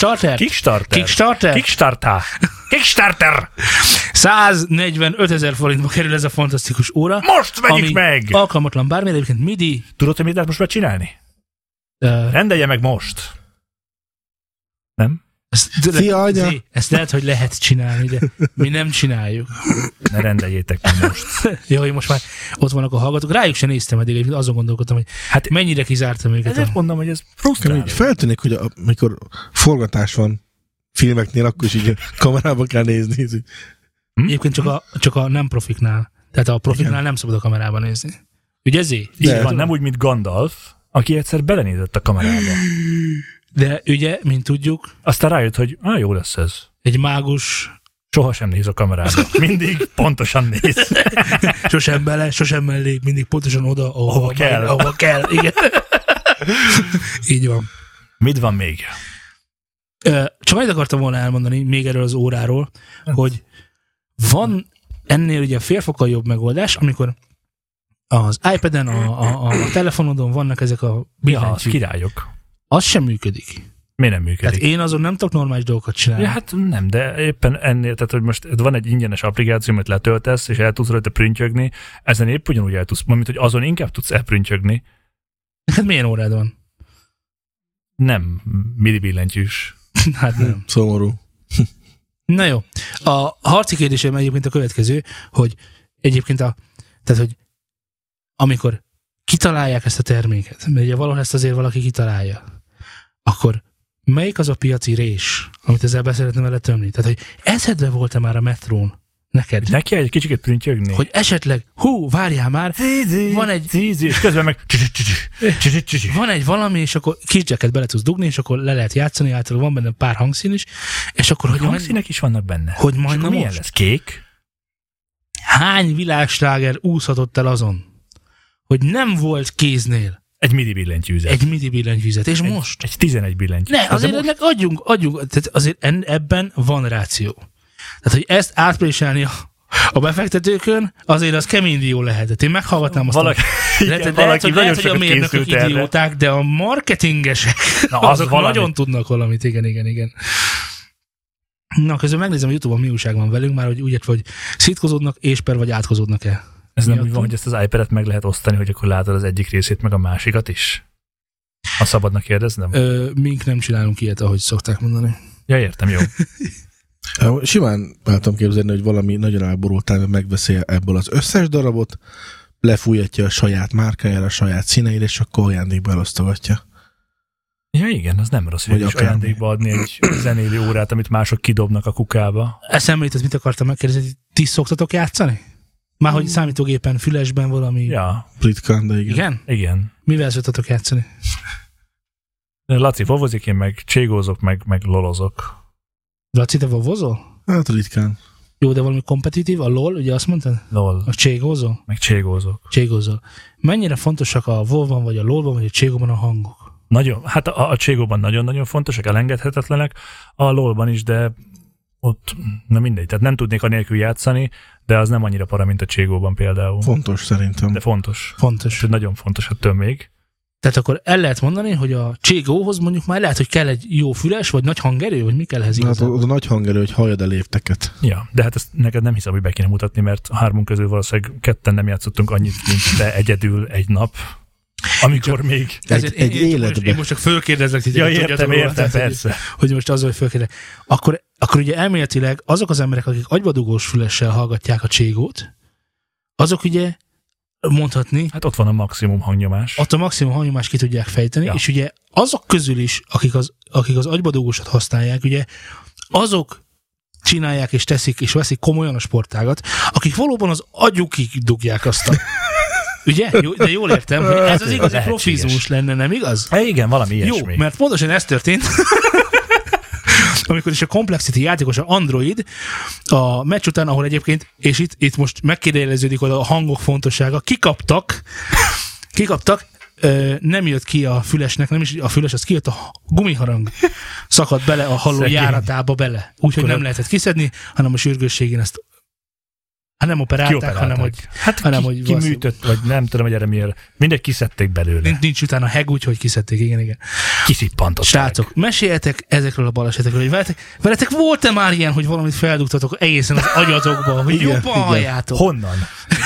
Kickstarter! 145 000 forintba kerül ez a fantasztikus óra. Most vegyük meg! Alkalmatlan bármire, egyébként MIDI. Tudod, hogy mit lehet most már csinálni? Rendelje meg most. Nem? Ezt lehet, hogy lehet csinálni, de mi nem csináljuk. Ne rendeljétek meg most. Jó, hogy most már ott vannak a hallgatók. Rájuk sem néztem eddig, azon gondolkodtam, hogy hát mennyire kizártam őket. Ezért mondom, hogy ez frusztráló. Feltűnik, hogy amikor forgatás van filmeknél, akkor is így kamerába kell nézni. Egyébként csak a nem profiknál. Tehát a profiknál nem szabad a kamerába nézni. Ugye ezért? Így van, nem úgy, mint Gandalf, aki egyszer belenézett a kamerába. De ugye, mint tudjuk... Aztán rájött, hogy jó lesz ez. Egy mágus... Sohasem néz a kamerába. Mindig pontosan néz. Sosem bele, sosem mellé, mindig pontosan oda, ahova kell. Igen. Így van. Mit van még? Csak majd akartam volna elmondani még erről az óráról, hogy van ennél ugye félfokkal jobb megoldás, amikor az iPad-en, a telefonodon vannak ezek a billentyűk. Királyok. Az sem működik. Miért nem működik? Tehát én azon nem tudok normális dolgokat csinálni. Ja, hát nem, de éppen ennél, tehát hogy most van egy ingyenes applikáció, amit letöltesz, és el tudsz rajta prüntjögni, ezen épp ugyanúgy el tudsz, mint hogy azon inkább tudsz elprüntjögni. Hát milyen órád van? Nem, MIDI billentyűs. Hát nem. Szomorú. Na jó. A harci kérdésem egyébként a következő, hogy egyébként tehát, hogy amikor kitalálják ezt a terméket, mert ugye valahol ezt azért valaki kitalálja, akkor melyik az a piaci rés, amit ezzel szeretném vele tömni? Tehát, hogy eszedbe volt-e már a metrón neked? Neki egy kicsit prüntjögni. Hogy esetleg, várjál már, van egy... és közben meg... Van egy valami, és akkor kis jacket bele tudsz dugni, és akkor le lehet játszani, általában van benne pár hangszín is, és akkor... Hogy hangszínek is vannak benne. Hogy majd na milyen lesz? Kék? Hány világsláger úszhatott el azon, hogy nem volt kéznél egy MIDI billentyűzet. És most? Egy 11 billentyűzet. Ne, azért ennek adjunk, tehát azért ebben van ráció. Tehát, hogy ezt átpréselni a befektetőkön, azért az kemény dió lehetett. Én meghallgatnám azt. Valaki lehet, hogy a mérnökök idióták, de a marketingesek, azok nagyon tudnak valamit. Igen. Na, közben megnézem, hogy YouTube-on mi újság van velünk, már hogy úgy értve, hogy szitkozódnak, vagy átkozódnak-e. Ez nem úgy van, hogy ezt az iPad-et meg lehet osztani, hogy akkor látod az egyik részét, meg a másikat is? Ha szabadna kérdeznem? Mink nem csinálunk ilyet, ahogy szokták mondani. Ja, értem, jó. Simán látom képzelni, hogy valami nagyon elborultál, megveszi ebből az összes darabot, lefújatja a saját márkájára, a saját színeire, és akkor ajándékba elosztogatja. Ja, igen, az nem rossz, hogy is ajándékba adni egy zenélő órát, amit mások kidobnak a kukába. Eszembe jutott, mit akartam megkérdezni, ti szoktatok játszani? Már hogy számítógépen, fülesben valami... Ja. Ritkán, de igen. Igen. Mivel szoktatok játszani? Laci vovozik, én meg cségózok, meg lolozok. Laci, te vovozol? Hát ritkán. Jó, de valami kompetitív? A LOL, ugye azt mondtad? LOL. A cségózol? Meg cségózok. Cségózol. Mennyire fontosak a WoW-ban, vagy a LOL-ban, vagy a cségóban a hangok? Nagyon, hát a cségóban nagyon-nagyon fontosak, elengedhetetlenek, a LOL-ban is, de ott, na mindegy, tehát nem tudnék anélkül játszani, de az nem annyira para, mint a cségóban például. Fontos szerintem. De fontos. Fontos. Tehát nagyon fontos, hát még. Tehát akkor el lehet mondani, hogy a cségóhoz mondjuk már lehet, hogy kell egy jó füles, vagy nagy hangerő, vagy mi kell ehhez igazán? Hát a nagy hangerő, hogy halljad a lépteket. Ja, de hát ezt neked nem hiszem, hogy be kéne mutatni, mert a hármunk közül valószínűleg ketten nem játszottunk annyit, mint te egyedül egy nap. Amikor csak még... Egy életben. Én most csak fölkérdezlek. Ja, értem, persze. Hogy most az, hogy fölkérdezek. Akkor ugye elméletileg azok az emberek, akik agybadugós fülessel hallgatják a cségót, azok ugye mondhatni... Hát ott van a maximum hangnyomás. Ott a maximum hangnyomás ki tudják fejteni, ja. És ugye azok közül is, akik az agybadugósat használják, ugye azok csinálják és teszik és veszik komolyan a sportágat, akik valóban az agyukig dugják azt a... Ugye? De jól értem, hogy ez az igazi profizmus lenne, nem igaz? Igen, valami ilyesmi. Jó, mert pontosan ez történt, amikor is a Complexity játékos, a Android a meccs után, ahol egyébként, és itt most megkérdeződik a hangok fontossága, kikaptak, nem jött ki a fülesnek, nem is a füles, az kijött, a gumiharang szakadt bele a halló járatába bele. Úgyhogy nem lehetett kiszedni, hanem a sürgősségén ezt nem operálták, hanem hogy kiműtött, vagy nem tudom, hogy erre miért. Mindegy, kiszedték belőle. Nincs utána heg, úgyhogy kiszedték, igen. Kiszippantották. Srácok, meséljetek ezekről a balesetekről, hogy veletek volt-e már ilyen, hogy valamit feldugtatok egészen az agyatokba, hogy jobban halljátok? Honnan?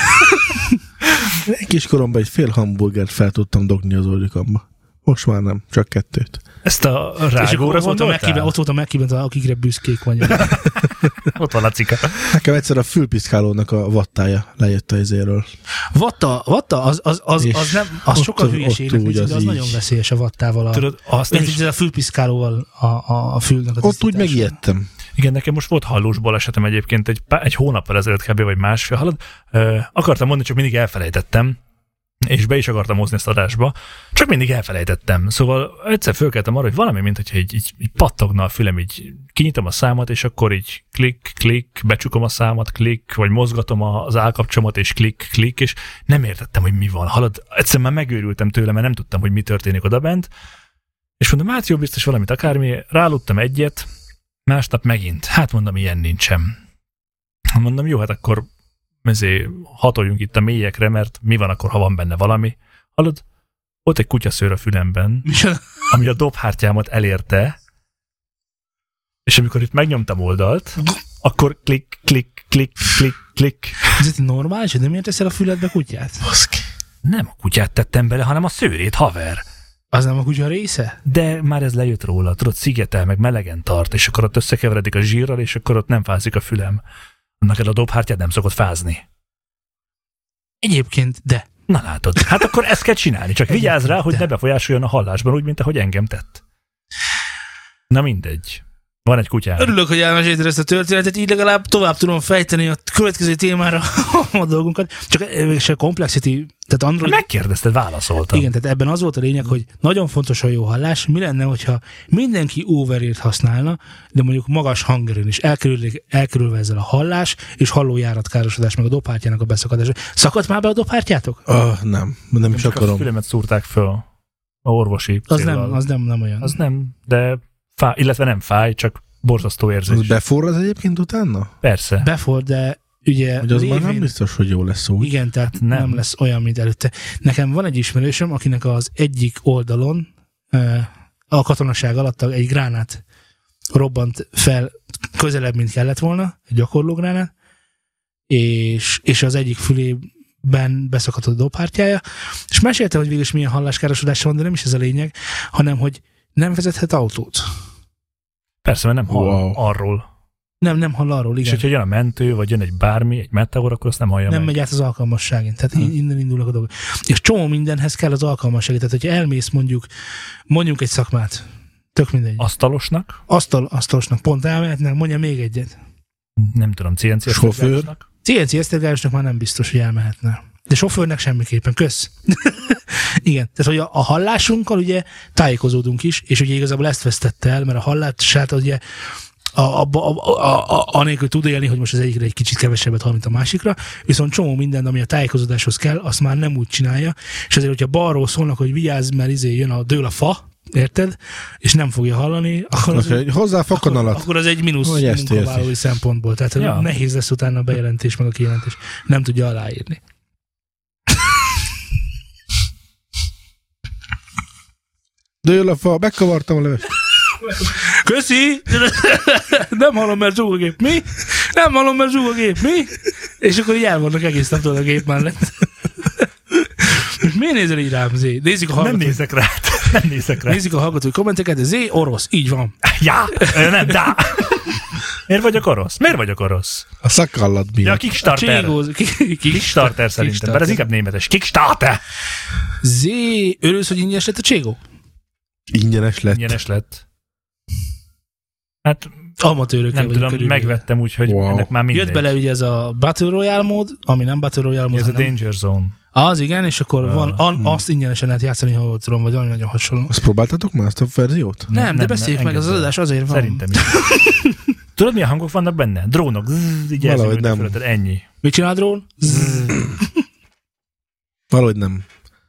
Kiskoromban egy fél hamburgert fel tudtam dugni az orrikamba. Most már nem, csak 2. Ezt a rágóra gondoltál? Ott volt a Mac-ben, akikre büszkék vagyok. Ott van a cika. Nekem egyszer a fülpiszkálónak a vattája lejött az izéről. Vatta, az sokkal hülyeségnek, de az nagyon veszélyes a vattával. Tudod, a fülpiszkálóval a fülnek a ott úgy megijedtem. Igen, nekem most volt hallós balesetem egyébként egy hónappal ezelőtt kb. Vagy másfél. Hallod? Akartam mondani, csak mindig elfelejtettem. És be is akartam hozni ezt adásba, csak mindig elfelejtettem. Szóval egyszer fölkeltem arra, hogy valami, mint hogyha így pattogna a fülem, így kinyitom a számat, és akkor így klik, becsukom a számat, klik, vagy mozgatom az állkapcsomat, és klik, és nem értettem, hogy mi van. Hallod, egyszer már megőrültem tőle, mert nem tudtam, hogy mi történik odabent, és mondom, hát jó, biztos valamit akármi, ráludtam egyet, másnap megint, hát mondom, ilyen nincsen. Mondom, jó, hát akkor hatoljunk itt a mélyekre, mert mi van akkor, ha van benne valami. Hallod? Ott egy kutyaszőr a fülemben, ami a dobhártyámat elérte, és amikor itt megnyomtam oldalt, akkor klik. Ez normális, hogy nem értesz el a füledbe kutyát? Nem a kutyát tettem bele, hanem a szőrét, haver. Az nem a kutya része? De már ez lejött róla, tudod, szigetel, meg melegen tart, és akkor ott összekeveredik a zsírral, és akkor ott nem fázik a fülem. Neked a dobhártyád nem szokott fázni. Egyébként, de. Na látod, hát akkor ezt kell csinálni, csak vigyázz rá, hogy ne befolyásoljon a hallásban úgy, mint ahogy engem tett. Na mindegy. Van egy kutyám. Örülök, hogy elmesélted ezt a történetet, így legalább tovább tudom fejteni a következő témára a dolgunkat. Csak a complexity, tehát Android... Megkérdezted, válaszoltam. Igen, tehát ebben az volt a lényeg, hogy nagyon fontos a jó hallás. Mi lenne, hogyha mindenki over-ért használna, de mondjuk magas hangerőn is elkerülve ezzel a hallás és hallójáratkárosodás, meg a dobhártyának a beszakadása. Szakadt már be a dobhártyátok? Nem is akarom. A fülemet szúrták föl a orvosi az nem olyan. Az nem, de fáj, illetve nem fáj, csak borzasztó érzés. Az beforrad egyébként utána? Persze. Befor, de ugye... Hogy az már nem biztos, hogy jó lesz úgy. Igen, tehát nem lesz olyan, mint előtte. Nekem van egy ismerősöm, akinek az egyik oldalon a katonaság alatt egy gránát robbant fel közelebb, mint kellett volna, egy gyakorlógránát, és az egyik fülében beszakadt a dobhártyája, és mesélte, hogy végülis milyen halláskárosodás van, de nem is ez a lényeg, hanem, hogy nem vezethet autót. Persze, mert nem hall arról. Nem hall arról, igen. És hogyha jön a mentő, vagy jön egy bármi, egy meteor, akkor azt nem hallja nem meg. megy át az alkalmasságén. Tehát innen indulnak a dolgok. És csomó mindenhez kell az alkalmasság. Tehát, hogyha elmész mondjuk egy szakmát, tök mindegy. Asztalosnak? Asztalosnak pont elmehetnek, mondja még egyet. Nem tudom, CNC esztergálósnak? CNC esztergálósnak már nem biztos, hogy elmehetne. De sofőrnek semmiképpen. Kösz. Igen. Tehát, hogy a hallásunkkal ugye tájékozódunk is, és ugye igazából ezt vesztette el, mert a hallását ugye anélkül tud élni, hogy most az egyikre egy kicsit kevesebbet hall, mint a másikra, viszont csomó minden, ami a tájékozódáshoz kell, azt már nem úgy csinálja, és azért, hogyha balról szólnak, hogy vigyázz, mert dől a fa, érted? És nem fogja hallani, akkor az egy mínusz munkavállalói szempontból. Tehát nehéz lesz utána a bejelentés, meg a kijelentés. Nem tudja aláírni. Dől a fa, megkavartam a levest. Köszi! Nem hallom, mert zsúg a gép. Mi? Nem hallom, mert zsúg a gép. Mi? És akkor így el vannak egész nem tudod a gép mellett. Miért nézel így rám, Zé? Nézzük a hallgatói. Nem nézek rá. Nézzük a hallgatói kommenteket. Zé orosz. Így van. Ja, nem, dá. Miért vagyok orosz? A szakallat miatt. Ja, Kickstarter szerintem. Bár ez inkább németes. Kickstarter! Zé, örülsz, hogy ingyenes lett a Cségó? Ingyenes lett. Hát amatőrökkel nem tudom, megvettem úgy, hogy ennek már mindegy. Jött bele ugye ez a Battle Royale mód, ami nem Battle Royale mód. Ez a Danger Zone. Az igen, és akkor van, azt ingyenesen lehet játszani, ha ott tudom, vagy valami nagyon hasonló. Azt próbáltatok már ezt a verziót? Nem, de beszéljük meg, az adás azért van. Szerintem is. Tudod, milyen hangok vannak benne? Drónok. Így valahogy nem. Fölötted, ennyi. Mit csinál a drón? Valahogy nem.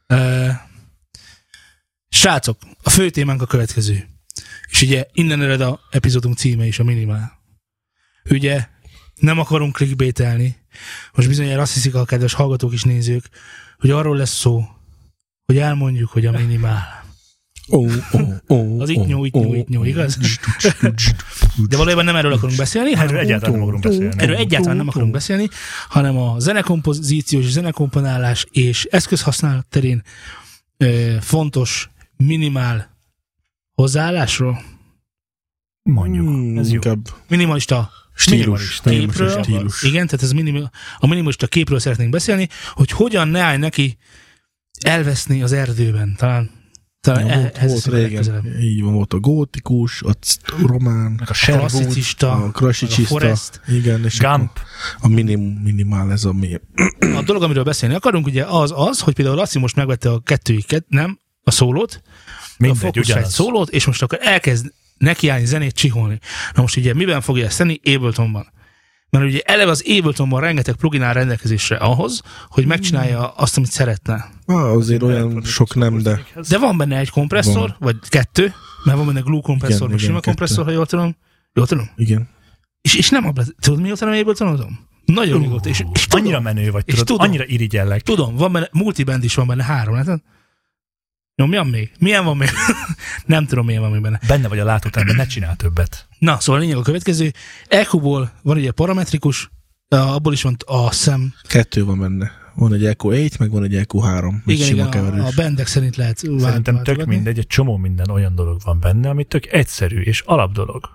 Srácok, a fő témánk a következő. És ugye innen ered a epizódunk címe is, a minimál. Ugye nem akarunk clickbaitelni. Most bizonyára azt hiszik a kedves hallgatók és nézők, hogy arról lesz szó, hogy elmondjuk, hogy a minimál. Az itnyó, igaz? De valójában nem erről akarunk beszélni, hanem erről egyáltalán nem akarunk beszélni, hanem a zenekompozíciós és zenekomponálás és eszközhasználat terén fontos minimál hozzáállásról. Mondjuk. Ez jó. Minimalista stílus. Igen, tehát ez a minimalista képről szeretnénk beszélni, hogy hogyan ne állj neki elveszni az erdőben. Talán volt régen, így van, volt a gótikus, a román, a klasszicista, a forest, igen, és a minimál ez a mi. A dolog, amiről beszélni akarunk, ugye az, hogy például Laci most megvette a a szólót, a Focusrite szólót, és most akkor elkezd nekiállni zenét csiholni. Na most ugye miben fogja ezt tenni? Abletonban. Mert ugye eleve az Abletonban rengeteg plugin áll rendelkezésre ahhoz, hogy megcsinálja azt, amit szeretne. Azért olyan sok nem, de... De van benne egy kompresszor, vagy kettő, mert van benne glue kompresszor, vagy sima kompresszor, ha jól tudom. Jól tudom? Igen. És nem tudod, mióta nem Abletonozom? Nagyon régóta. És annyira menő vagy, tudod, annyira irigyellek. Tudom, van benne, multiband is van benne 3, látod? No, milyen van még? Nem tudom, milyen van még benne. Benne vagy a látóteremben, ne csinál többet. Na, szóval lényeg a következő. EQ-ból van ugye parametrikus, abból is van a szem. 2 van benne. Van egy EQ8, meg van egy EQ3. Igen, a bandek szerint lehet Szerintem tök mindegy, egy csomó minden olyan dolog van benne, ami tök egyszerű és alapdolog.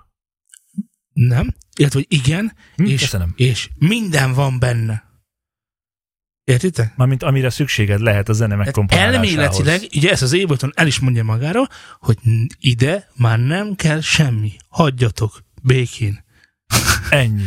Nem, illetve hogy igen, és minden van benne. Értitek? Mármint amire szükséged lehet a zene megkomponálásához. Elméletileg, ugye ezt az Ableton el is mondja magáról, hogy ide már nem kell semmi. Hagyjatok békén. Ennyi.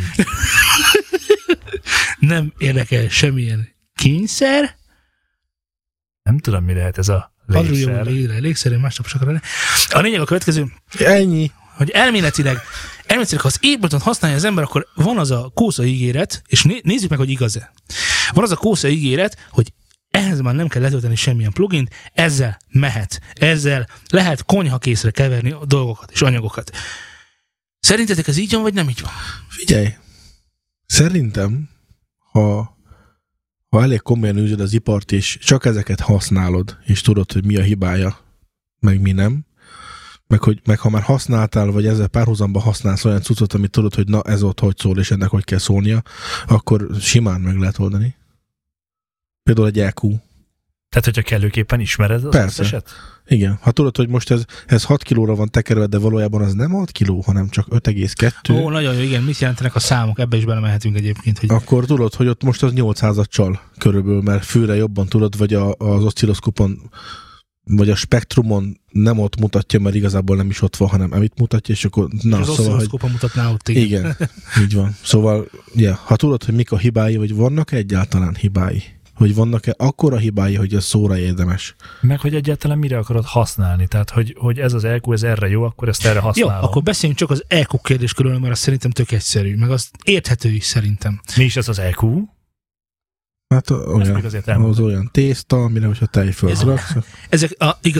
Nem érdekel semmilyen kényszer. Nem tudom, mi lehet ez a légszer. Légszer, én másnap csak arra. A lényeg a következő. Ennyi. Hogy elméletileg, ha az Ableton használja az ember, akkor van az a kósza ígéret, és nézzük meg, hogy igaz-e. Van az a kósza ígéret, hogy ehhez már nem kell letölteni semmilyen plugint, ezzel mehet. Ezzel lehet konyhakészre keverni a dolgokat és anyagokat. Szerintetek ez így van, vagy nem így van? Figyelj, szerintem, ha elég komolyan űzöd az ipart, és csak ezeket használod, és tudod, hogy mi a hibája, meg mi nem, meg ha már használtál, vagy ezzel párhuzamban használsz olyan cuccot, amit tudod, hogy na ez ott hogy szól, és ennek hogy kell szólnia, akkor simán meg lehet oldani. Például egy EQ. Tehát, hogyha kellőképpen ismered az összeset? Igen. Ha tudod, hogy most ez 6 kilóra van tekerve, de valójában az nem 6 kiló, hanem csak 5,2. Ó, nagyon jó, igen. Mit jelentenek a számok? Ebbe is belemehetünk egyébként. Hogy... Akkor tudod, hogy ott most az 800-at csal körülbelül, mert főre jobban tudod, vagy az oszcilloszkopon, vagy a spektrumon nem ott mutatja, mert igazából nem is ott van, hanem amit mutatja, és akkor... Na, és az oszcilloszkopon mutatná ott. Igen, így van. Szóval, ha tudod, hogy mik a hibái, vagy vannak egyáltalán hibái, hogy vannak-e akkora hibái, hogy ez szóra érdemes. Meg, hogy egyáltalán mire akarod használni. Tehát, hogy ez az EQ, ez erre jó, akkor ezt erre használom. Jó, akkor beszéljünk csak az EQ kérdés körül, mert az szerintem tök egyszerű, meg az érthető is szerintem. Mi is ez az EQ? Hát olyan tészta, amire hogyha tejföld raksz. Ezek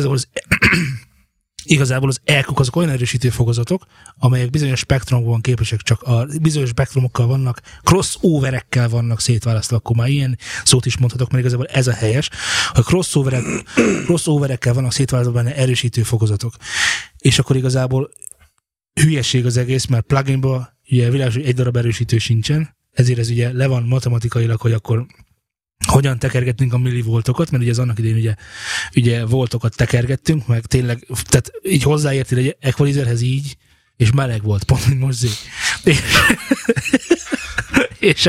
igazából az EQ-k azok olyan erősítő fokozatok, amelyek bizonyos spektrumokban képesek, csak a bizonyos spektrumokkal vannak, crossoverekkel vannak szétválasztva, akkor már ilyen szót is mondhatok, mert igazából ez a helyes, hogy crossoverekkel vannak szétválasztva benne erősítő fokozatok. És akkor igazából hülyeség az egész, mert pluginban ugye világos, hogy egy darab erősítő sincsen, ezért ez ugye le van matematikailag, hogy akkor hogyan tekergetünk a millivoltokat, mert ugye az annak idején ugye voltokat tekergettünk, meg tényleg, tehát így hozzáértél egy equalizerhez így, és meleg volt, pont mint most zé. És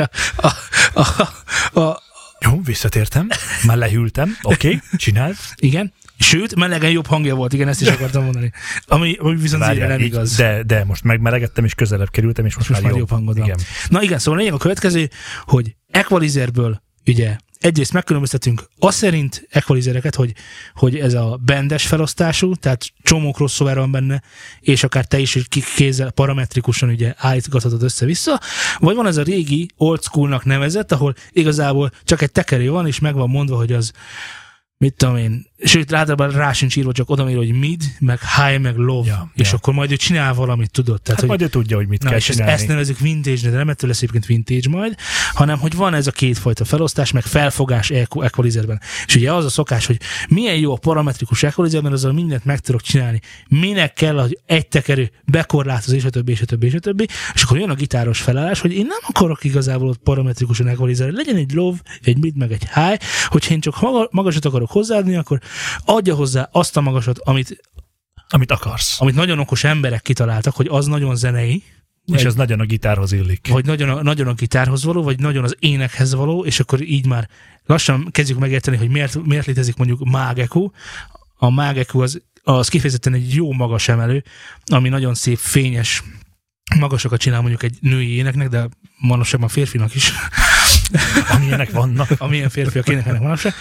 Jó, visszatértem, már lehűltem, oké, csináld. Igen, sőt, melegen jobb hangja volt, igen, ezt is akartam mondani. Ami viszont zére nem igaz. De most megmelegettem, és közelebb kerültem, és most már jobb hangod van. Na igen, szóval lényeg a következő, hogy equalizerből ugye egyrészt megkülönböztetünk azt szerint equalizereket, hogy ez a bendes felosztású, tehát csomó crossover van benne, és akár te is kézzel parametrikusan ugye állítgathatod össze-vissza, vagy van ez a régi old schoolnak nevezett, ahol igazából csak egy tekerő van, és meg van mondva, hogy az mit tudom én, sőt, általában rá sincs írva, csak oda hogy mid, meg high, meg low, és akkor majd ő csinál valamit, tudod? Tehát, hát majd ő tudja, hogy mit kell csinálni. Ezt nevezzük vintage, de nem ettől lesz egyébként vintage majd, hanem hogy van ez a kétfajta felosztás, meg felfogás equalizerben. És ugye az a szokás, hogy milyen jó a parametrikus equalizerben, azzal mindent meg tudok csinálni. Minek kell, hogy egy tekerő bekorlátoz, és a többi, és a többi, és a többi. És akkor jön a gitáros felállás, hogy én nem akarok igazából ott parametrikusan equalizer, legyen egy low, egy mid, meg egy high, hogyha én csak magasat akarok hozzáadni, akkor adja hozzá azt a magasat, amit akarsz. Amit nagyon okos emberek kitaláltak, hogy az nagyon zenei. És ez nagyon a gitárhoz illik. Vagy nagyon a gitárhoz való, vagy nagyon az énekhez való, és akkor így már lassan kezdjük megérteni, hogy miért létezik mondjuk Maag EQ. A Maag EQ az kifejezetten egy jó magas emelő, ami nagyon szép, fényes magasokat csinál mondjuk egy női éneknek, de manapság a férfinak is. Amilyenek vannak. Amilyen férfiak énekelnek manapság.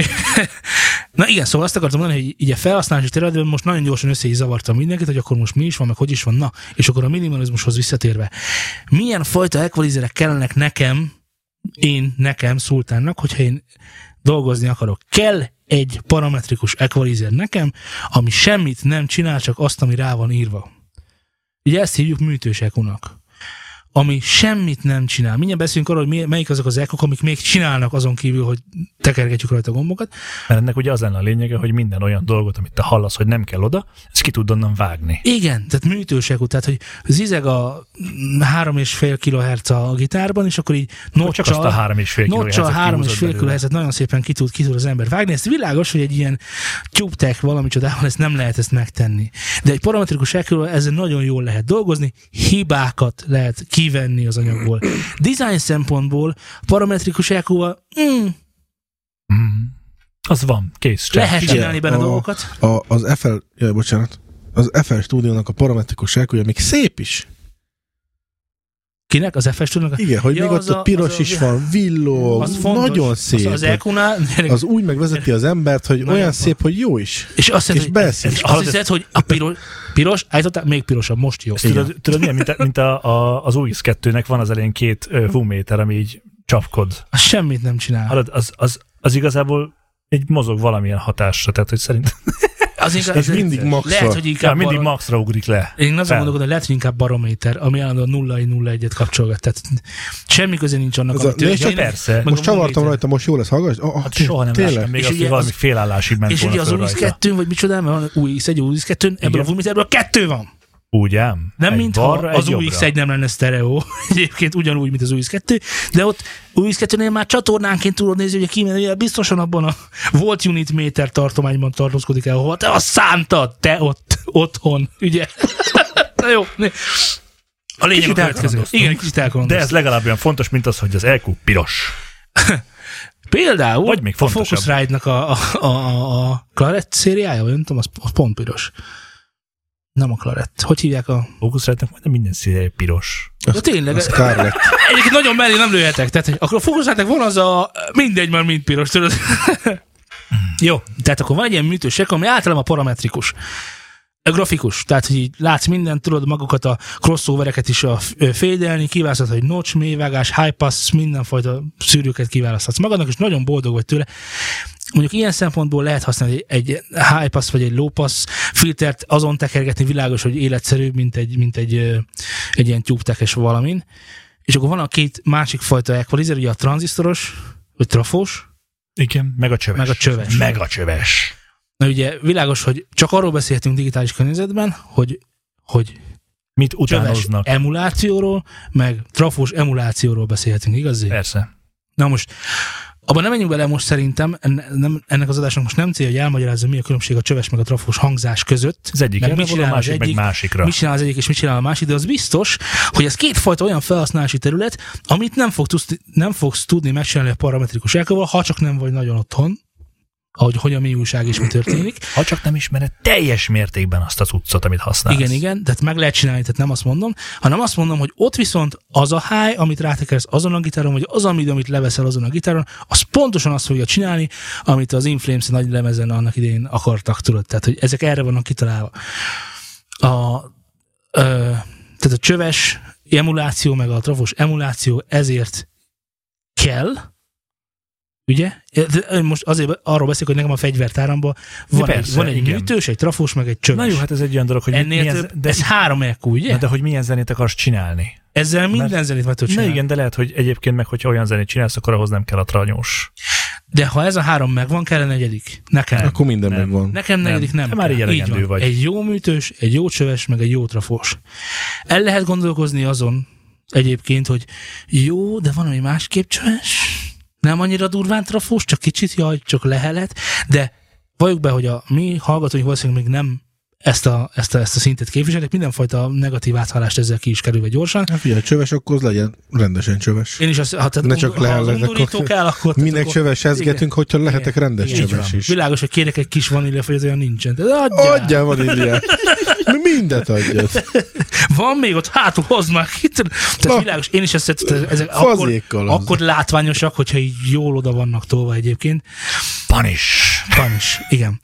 Na igen, szóval azt akartam mondani, hogy így a felhasználási területben most nagyon gyorsan össze is zavartam mindenkit, hogy akkor most mi is van, meg hogy is van. Na, és akkor a minimalizmushoz visszatérve. Milyen fajta equalizerek kellenek nekem, Szultánnak, hogyha én dolgozni akarok? Kell egy parametrikus equalizer nekem, ami semmit nem csinál, csak azt, ami rá van írva. Ugye ezt hívjuk műtős EQ-nak, ami semmit nem csinál. Mindjárt beszélünk arról, hogy melyik azok az EQ-k, amik még csinálnak azon kívül, hogy tekergetjük rajta a gombokat. Mert ennek ugye az lenne a lényege, hogy minden olyan dolgot, amit te hallasz, hogy nem kell oda, ezt ki tud onnan vágni. Igen, tehát műtős EQ, tehát hogy zizeg a 3,5 kHz a gitárban, és akkor így notcsal 3,5 kHz nagyon szépen ki tud az ember vágni. Ez világos, hogy egy ilyen TubeTech valamicsodával ezt nem lehet ezt megtenni. De egy parametrikus EQ-val ezzel nagyon jól lehet dolgozni, hibákat lehet kivenni az anyagból. Design szempontból parametrikus EQ-val Az van, kész. Lehet csinálni benne dolgokat. Az FL Studio-nak a parametrikus elkülje még szép is. Kinek? Az FL Studio-nak? Igen, hogy még ott a piros is van, villog, nagyon szép. Az EQ-nál... Az úgy megvezeti az embert, hogy olyan szép, hogy jó is. És azt hiszed, hogy a piros, állítottál, még pirosabb, most jó. Tudod milyen, mint az UX2-nek van az elején 2 húméter, ami így csapkod. Az semmit nem csinál. Az igazából egy mozog valamilyen hatásra, tehát hogy szerint... Ez mindig maxra. Lehet, hogy inkább mindig maxra ugrik le. Én azon gondolkodom, hogy lehet, hogy inkább barométer, ami állandóan 0-1-0-1-et kapcsolgat. Tehát semmi köze nincs annak, amit történik. Persze. Most csavartam rajta, most jó lesz, hallgass? Soha nem lástam még azt, hogy valami félállásig ment volna. És ugye az UX2-n, vagy micsodán, van UX1, UX2-n, ebből a voluméterből 2 van. Úgy ám? Nem mintha az UX1 nem lenne sztereó, egyébként ugyanúgy, mint az UX2, de ott UX2-nél már csatornánként tudod nézni, hogy a kímény biztosan abban a volt unit méter tartományban tartózkodik el, ahol te azt szántad, te ott, otthon, ugye? Na jó. A lényeg a következő. Igen, kicsit elkalandoztunk. De ez legalább olyan fontos, mint az, hogy az EQ piros. Például vagy még a Focusrite-nak a Clarett szériája, vagy nem tudom, az pont piros. Nem a Clarett. Hogy hívják a... Focusrite-nak majdnem minden színe piros. Ja, tényleg. Egyébként nagyon mellé nem lőhetek. Tehát, akkor a Focusrite-nak van az a... Mindegy, már mind piros, tudod. Jó, tehát akkor van egy ilyen műtősek, ami általában parametrikus. Grafikus, tehát hogy így látsz mindent, tudod magukat a crossovereket is fédelni, kiválasztod, hogy notch, mélyvágás, high pass, mindenfajta szűrőket kiválaszthatsz magadnak, és nagyon boldog vagy tőle. Mondjuk ilyen szempontból lehet használni egy high pass vagy egy low pass filtert, azon tekergetni világos, hogy életszerűbb, mint egy ilyen tube-tekes valamin. És akkor van a 2 másik fajta equalizer, ugye a tranzisztoros, vagy trafós. Igen, meg a csöves. Meg a csöves. Na ugye világos, hogy csak arról beszélhetünk digitális környezetben, hogy mit utánoznak. Emulációról, meg trafós emulációról beszélhetünk, igaz? Persze. Na most, abban nem menjünk bele most szerintem, ennek az adásnak most nem cél, hogy elmagyarázza, mi a különbség a csöves meg a trafós hangzás között. Az egyik meg mit csinál a másik, meg másikra. Mit csinál az egyik, és mit csinál a másik, de az biztos, hogy ez 2 fajta olyan felhasználási terület, amit nem fogsz tudni megcsinálni a parametrikus elkával, ha csak nem vagy nagyon otthon, hogy a mi újság is mi történik. Ha csak nem ismered teljes mértékben azt a cuccot, amit használsz. Igen, tehát meg lehet csinálni, tehát nem azt mondom, hanem azt mondom, hogy ott viszont az a high, amit rátekersz azon a gitáron, vagy az a mid, amit leveszel azon a gitáron, az pontosan azt fogja csinálni, amit az Inflames nagy lemezen annak idején akartak, tudod. Tehát, hogy ezek erre vannak kitalálva. Tehát a csöves emuláció, meg a trafos emuláció ezért kell, ugye? Most azért arról beszélek, hogy nekem a fegyvertáramban van egy műtős, egy trafós, meg egy csöves. Na jó, hát ez egy olyan dolog, hogy ez 3 EQ, ugye? Na de hogy milyen zenét akarsz csinálni? Ezzel minden zenét meg tudod csinálni. Na igen, de lehet, hogy egyébként meg, hogyha olyan zenét csinálsz, akkor ahhoz nem kell a tranyós. De ha ez a 3 megvan, kell a 4. Nekem. Akkor minden megvan. Nekem 4. nem már így elegendő vagy. Egy jó műtős, egy jó csöves, meg egy jó trafós. El lehet gondolkozni azon egyébként, hogy jó, de van, ami másképp csöves. Nem annyira durván trafós, csak kicsit, csak lehelet, de valljuk be, hogy a mi hallgatóink valószínűleg még nem ezt a szintet képviselik, mindenfajta negatív áthallást ezzel ki is kerülve gyorsan. Hát figyelj, csöves, akkor legyen rendesen csöves. Én is azt, ne csak akkor minek csövesezgetünk, hogyha lehetek rendes csöves is. Világos, hogy kérek egy kis vaníliafolyat, olyan nincsen. Adjál vaníliát. Mindet adjad. Van még ott hátul, hozd már ki. Tehát világos, én is ezek akkor látványosak, hogyha így jól oda vannak tolva egyébként. Punish, igen.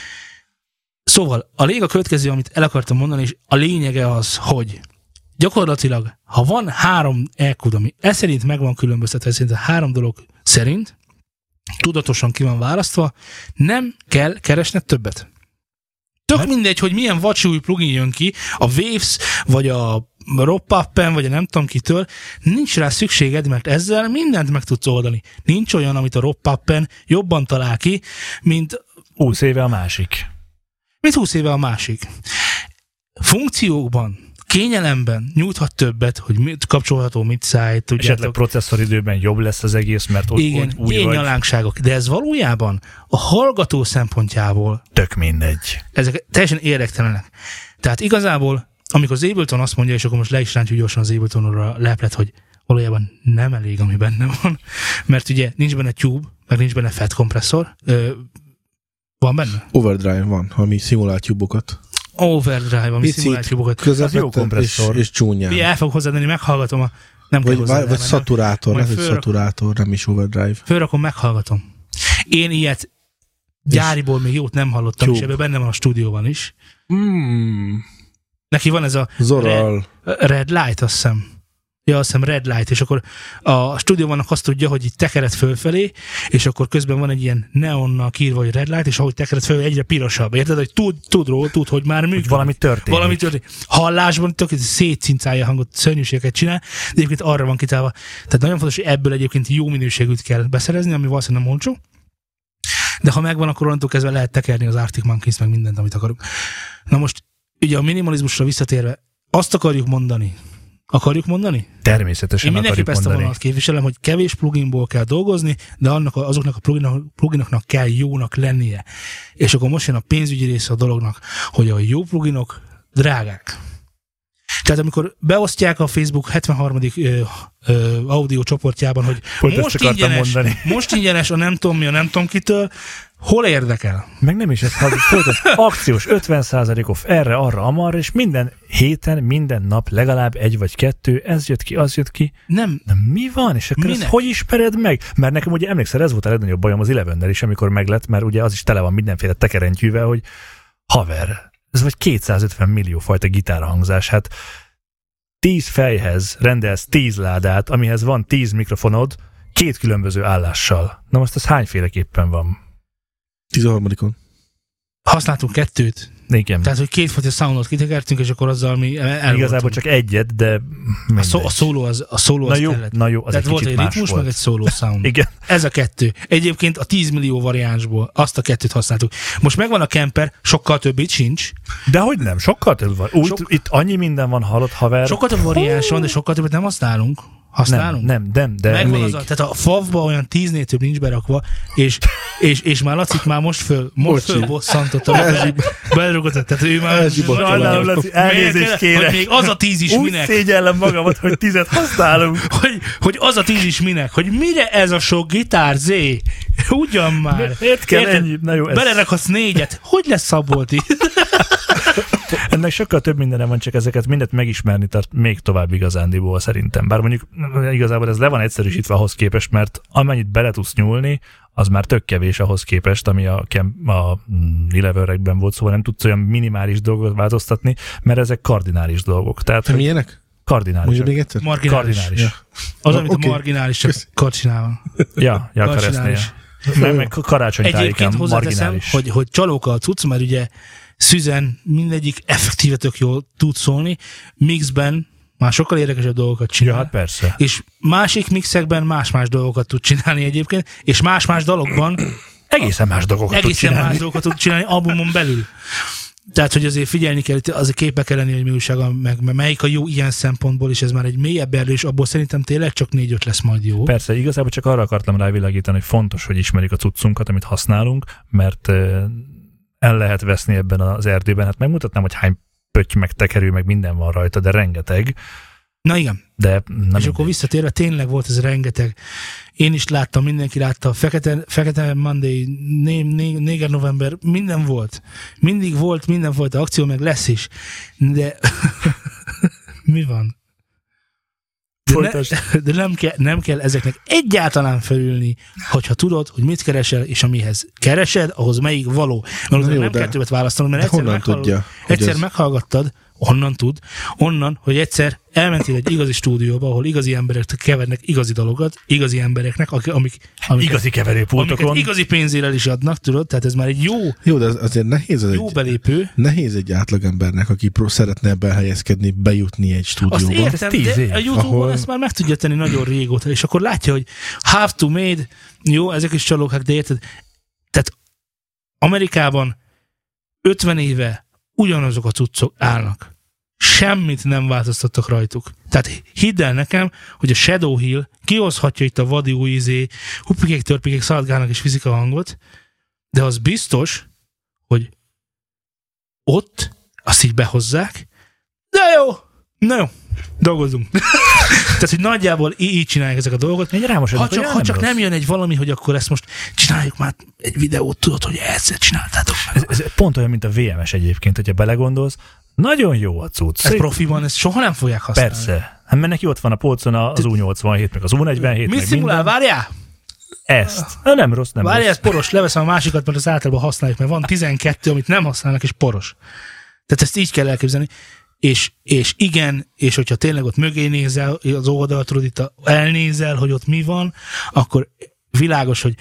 Szóval a lényeg a következő, amit el akartam mondani, és a lényege az, hogy gyakorlatilag, ha van 3 EQ-d, ami ez szerint meg van különböztetve, ez szerint a 3 dolog szerint tudatosan ki van választva, nem kell keresned többet. Tök mindegy, hogy milyen vacsúly plugin jön ki, a Waves, vagy a Ropappen, vagy a nem tudom kitől, nincs rá szükséged, mert ezzel mindent meg tudsz oldani. Nincs olyan, amit a Ropappen jobban talál ki, mint 20 éve a másik. Mint 20 éve a másik. Funkciókban, kényelemben nyújthat többet, hogy mit kapcsolható, mit szállít. Esetleg processzoridőben jobb lesz az egész, mert ott igen, úgy vagy. Nyalánkságok. De ez valójában a hallgató szempontjából tök mindegy. Ezek teljesen érdektelenek. Tehát igazából, amikor az Ableton azt mondja, és akkor most le is rántjuk gyorsan az Abletonra leplet, hogy valójában nem elég, ami benne van, mert ugye nincs benne tube, meg nincs benne FET kompresszor. Van benne? Overdrive van, ami szimulál tubokat. Overdrive, ami szimulál tubokat. Közepette és csúnyán. El fogok hozzáadni, meghallgatom a... Nem vagy szaturátor, ez egy szaturátor, nem is overdrive. Fölrakom, meghallgatom. Én ilyet gyáriból még jót nem hallottam, és ebben benne van a stúdióban is. Neki van ez a Red Light, azt hiszem. Ja, azt hiszem Red Light, és akkor a stúdióban azt tudja, hogy itt tekered fölfelé, és akkor közben van egy ilyen neonnal kiírva, hogy Red Light, és ahogy tekered fölfelé, egyre pirosabb. Érted, hogy tud, hogy már működik. Valami történik. Hallásban tök szétcincálja a hangot, szörnyűségeket csinál, de egyébként arra van kitálva. Tehát nagyon fontos, hogy ebből egyébként jó minőségűt kell beszerezni, ami valószínűleg nem olcsó. De ha megvan, akkor onnantól kezdve lehet tekerni az Arctic Monkeys, meg mindent, amit akarunk. Na most, ugye a minimalizmusra visszatérve, azt akarjuk mondani? Természetesen én akarjuk mondani. Én mindenképp ezt a vonalat képviselem, hogy kevés pluginból kell dolgozni, de azoknak a pluginoknak kell jónak lennie. És akkor most jön a pénzügyi része a dolognak, hogy a jó pluginok drágák. Tehát amikor beosztják a Facebook 73. audio csoportjában, hogy most ingyenes a nem tudom mi, a nem tudom kitől, hol érdekel? Meg nem is ez, akciós 50% off erre, arra, amarra, és minden héten, minden nap legalább 1 vagy 2, ez jött ki, az jött ki. Nem. De mi van? És akkor ezt hogy ismered meg? Mert nekem ugye emlékszel, ez volt a legnagyobb bajom az Elevennel is, amikor meglett, mert ugye az is tele van mindenféle tekerentyűvel, hogy haver, ez vagy 250 millió fajta gitárhangzás, hát 10 fejhez rendelsz 10 ládát, amihez van 10 mikrofonod, 2 különböző állással. Na most ez hányféleképpen van? 13-on. Használtunk 2. Igen. Tehát, hogy 2 fajta soundot kitekertünk, és akkor azzal mi igazából csak egyet, de a szóló az kellett. Na jó, az tehát egy volt kicsit egy ritmus, meg egy szóló sound. Igen. Ez a 2. Egyébként a 10 millió variánsból azt a 2-t használtuk. Most megvan a Kemper, sokkal többit sincs. De hogy nem, sokkal több van. Itt annyi minden van, hallott haver. Sokkal több variáns van, de sokkal többet nem használunk. Használunk? Nem, de megvan még. Tehát a FAV-ba olyan 10-nél több nincs berakva, és már Lacit már most fölbosszantottam. Belerugott, tehát ő már... Sajnálom, Laci, elnézést kérek. Hogy még az a 10 is úgy minek. Úgy szégyellem magamat, hogy 10-et használunk. hogy az a 10 is minek, hogy mire ez a sok gitár, Zé? Ugyan már. Miért kell ennyi? Na jó, belerakhatsz 4-et. Hogy lesz Szabolti? Ennek sokkal több mindenem van, csak ezeket mindet megismerni tart még tovább igazándiból szerintem. Bár mondjuk igazából ez le van egyszerűsítve ahhoz képest, mert amennyit bele tudsz nyúlni, az már tök kevés ahhoz képest, ami a Elevenrekben volt, szóval nem tudsz olyan minimális dolgot változtatni, mert ezek kardinális dolgok. Tehát, milyenek? Kardinális. Még egyszer? Marginális. Ja. Az, amit a marginális csak kardinál. Ja, karesznél. Meg karácsonytájéken marginális. Hogy csalóka a cucc, mert ugye Szüzen mindegyik effektíve tök jól tud szólni, mixben már sokkal érdekesebb dolgokat csinál. Ja, hát persze. És másik mixekben más-más dolgokat tud csinálni egyébként, és más-más dalokban egészen más dolgokat tud csinálni albumon belül. Tehát, hogy azért figyelni kell, azért képbe kell lenni, hogy mi újsága, meg melyik a jó ilyen szempontból, és ez már egy mélyebb erős, abból szerintem tényleg csak 4-5 lesz majd jó. Persze, igazából csak arra akartam rávilágítani, hogy fontos, hogy ismerjük a cuccunkat, amit használunk, mert el lehet veszni ebben az erdőben. Hát megmutatnám, hogy hány pötty, meg tekerő, meg minden van rajta, de rengeteg. Na igen. De és akkor visszatérve, tényleg volt ez rengeteg. Én is láttam, mindenki látta. Fekete Monday, Néger November, minden volt. Mindig volt, mindenfajta akció, meg lesz is. De mi van? De nem kell ezeknek egyáltalán felülni, hogyha tudod, hogy mit keresel, és amihez keresed, ahhoz melyik való. Mert nem kell többet választanod, mert egyszer meghallgattad, onnan, hogy egyszer elmentél egy igazi stúdióba, ahol igazi emberek kevernek igazi dalokat, igazi embereknek, amik igazi keverőpultokon, igazi pénzére is adnak, tudod? Tehát ez már egy jó de azért nehéz jó belépő. Nehéz egy átlagembernek, aki szeretne ebben helyezkedni, bejutni egy stúdióba. Azt értem, de a YouTube-on ezt már meg tudja tenni nagyon régóta, és akkor látja, hogy have to made, jó, ezek is csalókák, de érted? Tehát Amerikában 50 éve ugyanazok a cuccok állnak. Semmit nem változtattak rajtuk. Tehát hidd el nekem, hogy a Shadow Hill kihozhatja itt a vadi új huppikék, törpikék szaladgálnak és viszik a hangot, de az biztos, hogy ott azt így behozzák, de jó, na jó, dolgozunk. Tehát, hogy nagyjából így csinálják ezek a dolgot. Ha csak nem jön egy valami, hogy akkor ezt most csináljuk már egy videót, tudod, hogy egyszer csináltátok meg. Ez pont olyan, mint a VMS egyébként, hogyha belegondolsz. Nagyon jó a cucc. Ez profiban, ezt soha nem fogják használni. Persze. Hát mert neki ott van a polcon az U87, meg az U47, mi szimulál, várjál? Ezt. Nem rossz, nem várjál, rossz. ez poros, leveszem a másikat, mert az általában használjuk, mert van 12, amit nem használnak, és poros. Tehát ezt így kell elképzelni. És igen, és hogyha tényleg ott mögé nézel, az oldalt tudod, itt elnézel, hogy ott mi van, akkor világos, hogy,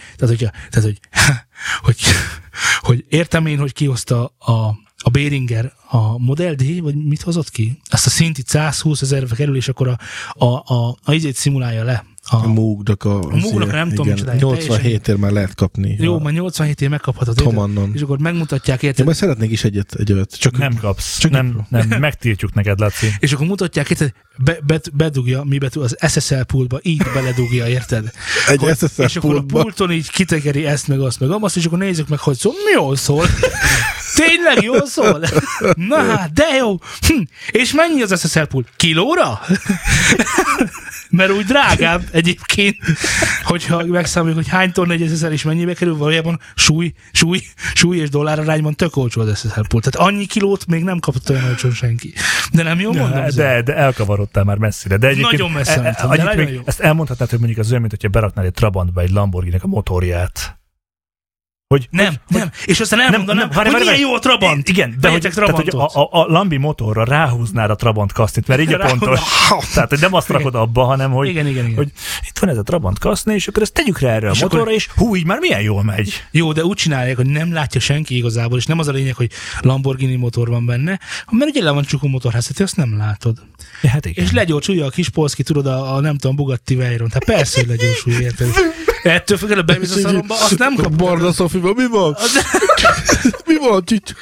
hogy értem én, hogy kihozta a Behringer a Model D, vagy mit hozott ki? Azt a szintit 120 000 kerül, és akkor a izét szimulálja le. A Moog-nak nem tudom, micsoda. 87-ért már lehet kapni. Jó, már 87-ért megkaphatod. Tomannon. És akkor megmutatják, érted? Én majd szeretnék is egy olyat. Csak nem kapsz. Nem, megtiltjuk neked, Laci. És akkor mutatják, érted? Bedugja, mi betű az SSL pultba, így beledugja, érted? Egy SSL és akkor a pulton így kitekeri ezt, meg azt, meg azt, és akkor nézzük meg, hogy szól. Jól szól. Tényleg jól szól? Na hát, de jó. És mennyi az SSL pult? Kilóra? Mert úgy drágább egyébként, hogyha megszámoljuk, hogy hány tonna egy SSL és mennyibe kerül, valójában súly és dollár arányban tök olcsó az SSL pult. Tehát annyi kilót még nem kapott olyan olcsón senki. De nem jól mondom? De elkavarodtál már messzire. De egyébként nagyon messze mentem, de nagyon jó. Ezt elmondhatnád, hogy mondjuk az olyan, mint hogyha beraknál egy Trabantba egy Lamborghini-nek a motorját. Hogy, nem. És aztán elmondanám, hogy milyen jó a Trabant. Igen, de hogy a Lambi motorra ráhúznád a Trabant kasztnit, mert így a pontos. Tehát, hogy nem azt rakod abba, hanem, hogy, igen. hogy itt van ez a Trabant kaszni, és akkor ezt tegyük rá erre a motorra, és így már milyen jól megy. Jó, de úgy csinálják, hogy nem látja senki igazából, és nem az a lényeg, hogy Lamborghini motor van benne, mert ugye le van csukó motorház, tehát azt nem látod. Ja, hát igen. És legyorsulja a kis Polszki, tudod, a nem tudom, Bugatti Veyron. Tehát persze, hogy legyorsulja, érted? Ettől függetlenül bemész a szalomba, azt nem kapod. Barna Szofiba, mi van? Mi van, csics?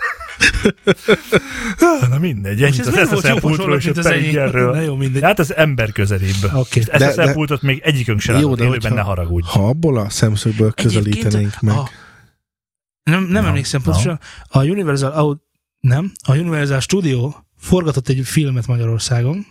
Na mindegy, ennyit az SSL pultról és a Behringerről. Jó, mindegy. Hát az ember közelibb. Okay. SSL pultot még egyikünk sem látott élőben, ne haragudj. Ha abból a szemszögből közelítenénk meg. Nem emlékszem pontosan. A Universal Studio forgatott egy filmet Magyarországon.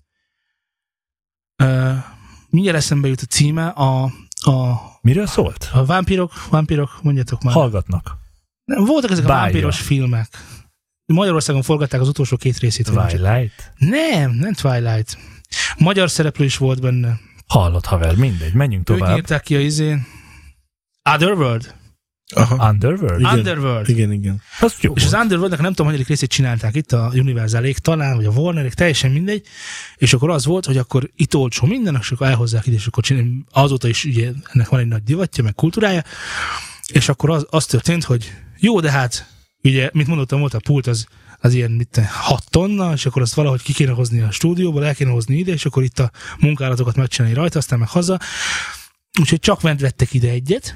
Mindjárt eszembe jut a címe, miről szólt? A vámpírok, mondjátok már. Hallgatnak. Voltak ezek a vámpíros filmek. Magyarországon forgatták az utolsó 2 részét. Twilight? Nem Twilight. Magyar szereplő is volt benne. Hallott, haver, mindegy, menjünk tovább. Ők írták ki a Otherworld. Aha. Underworld? Igen. Az jó. És az Underworldnek nem tudom, hanyadik részét csinálták itt a Universalék talán, vagy a Warnerék, teljesen mindegy, és akkor az volt, hogy akkor itt olcsó minden, és akkor elhozzák ide, és akkor azóta is ugye ennek van egy nagy divatja, meg kultúrája, és akkor az történt, hogy jó, de hát ugye, mint mondottam, volt a pult, az ilyen 6 tonna, és akkor azt valahogy ki kéne hozni a stúdióból, el kéne hozni ide, és akkor itt a munkálatokat megcsinálni rajta, aztán meg haza. Úgyhogy csak vettek ide egyet,